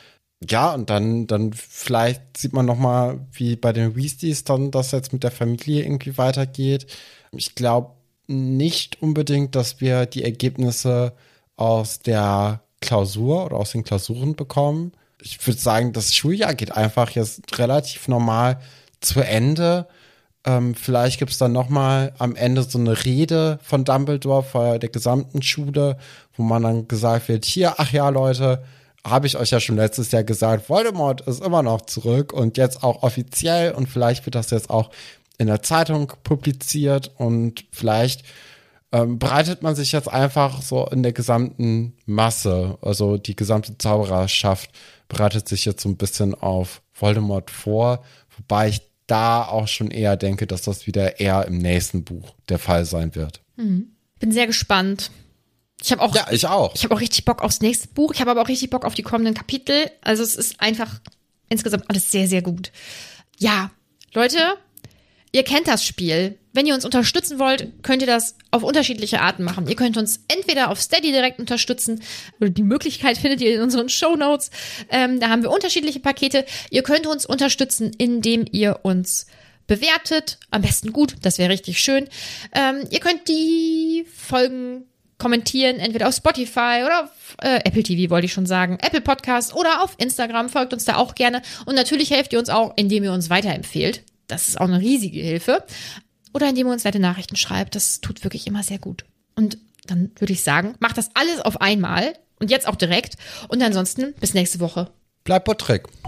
Ja, und dann vielleicht sieht man nochmal, wie bei den Weasleys dann das jetzt mit der Familie irgendwie weitergeht. Ich glaube nicht unbedingt, dass wir die Ergebnisse aus der Klausur oder aus den Klausuren bekommen. Ich würde sagen, das Schuljahr geht einfach jetzt relativ normal zu Ende. Vielleicht gibt es dann nochmal am Ende so eine Rede von Dumbledore vor der gesamten Schule, wo man dann gesagt wird, hier, ach ja, Leute, habe ich euch ja schon letztes Jahr gesagt, Voldemort ist immer noch zurück und jetzt auch offiziell und vielleicht wird das jetzt auch in der Zeitung publiziert und vielleicht breitet man sich jetzt einfach so in der gesamten Masse, also die gesamte Zaubererschaft bereitet sich jetzt so ein bisschen auf Voldemort vor, wobei ich da auch schon eher denke, dass das wieder eher im nächsten Buch der Fall sein wird. Bin sehr gespannt. Ich auch. Ich habe auch richtig Bock aufs nächste Buch. Ich habe aber auch richtig Bock auf die kommenden Kapitel. Also es ist einfach insgesamt alles sehr, sehr gut. Ja, Leute, ihr kennt das Spiel. Wenn ihr uns unterstützen wollt, könnt ihr das auf unterschiedliche Arten machen. Ihr könnt uns entweder auf Steady direkt unterstützen, oder die Möglichkeit findet ihr in unseren Shownotes. Da haben wir unterschiedliche Pakete. Ihr könnt uns unterstützen, indem ihr uns bewertet. Am besten gut, das wäre richtig schön. Ihr könnt die Folgen kommentieren, entweder auf Spotify oder auf Apple TV, wollte ich schon sagen, Apple Podcasts oder auf Instagram. Folgt uns da auch gerne. Und natürlich helft ihr uns auch, indem ihr uns weiterempfehlt. Das ist auch eine riesige Hilfe. Oder indem ihr uns nette Nachrichten schreibt. Das tut wirklich immer sehr gut. Und dann würde ich sagen, macht das alles auf einmal und jetzt auch direkt. Und ansonsten bis nächste Woche. Bleibt Patrick.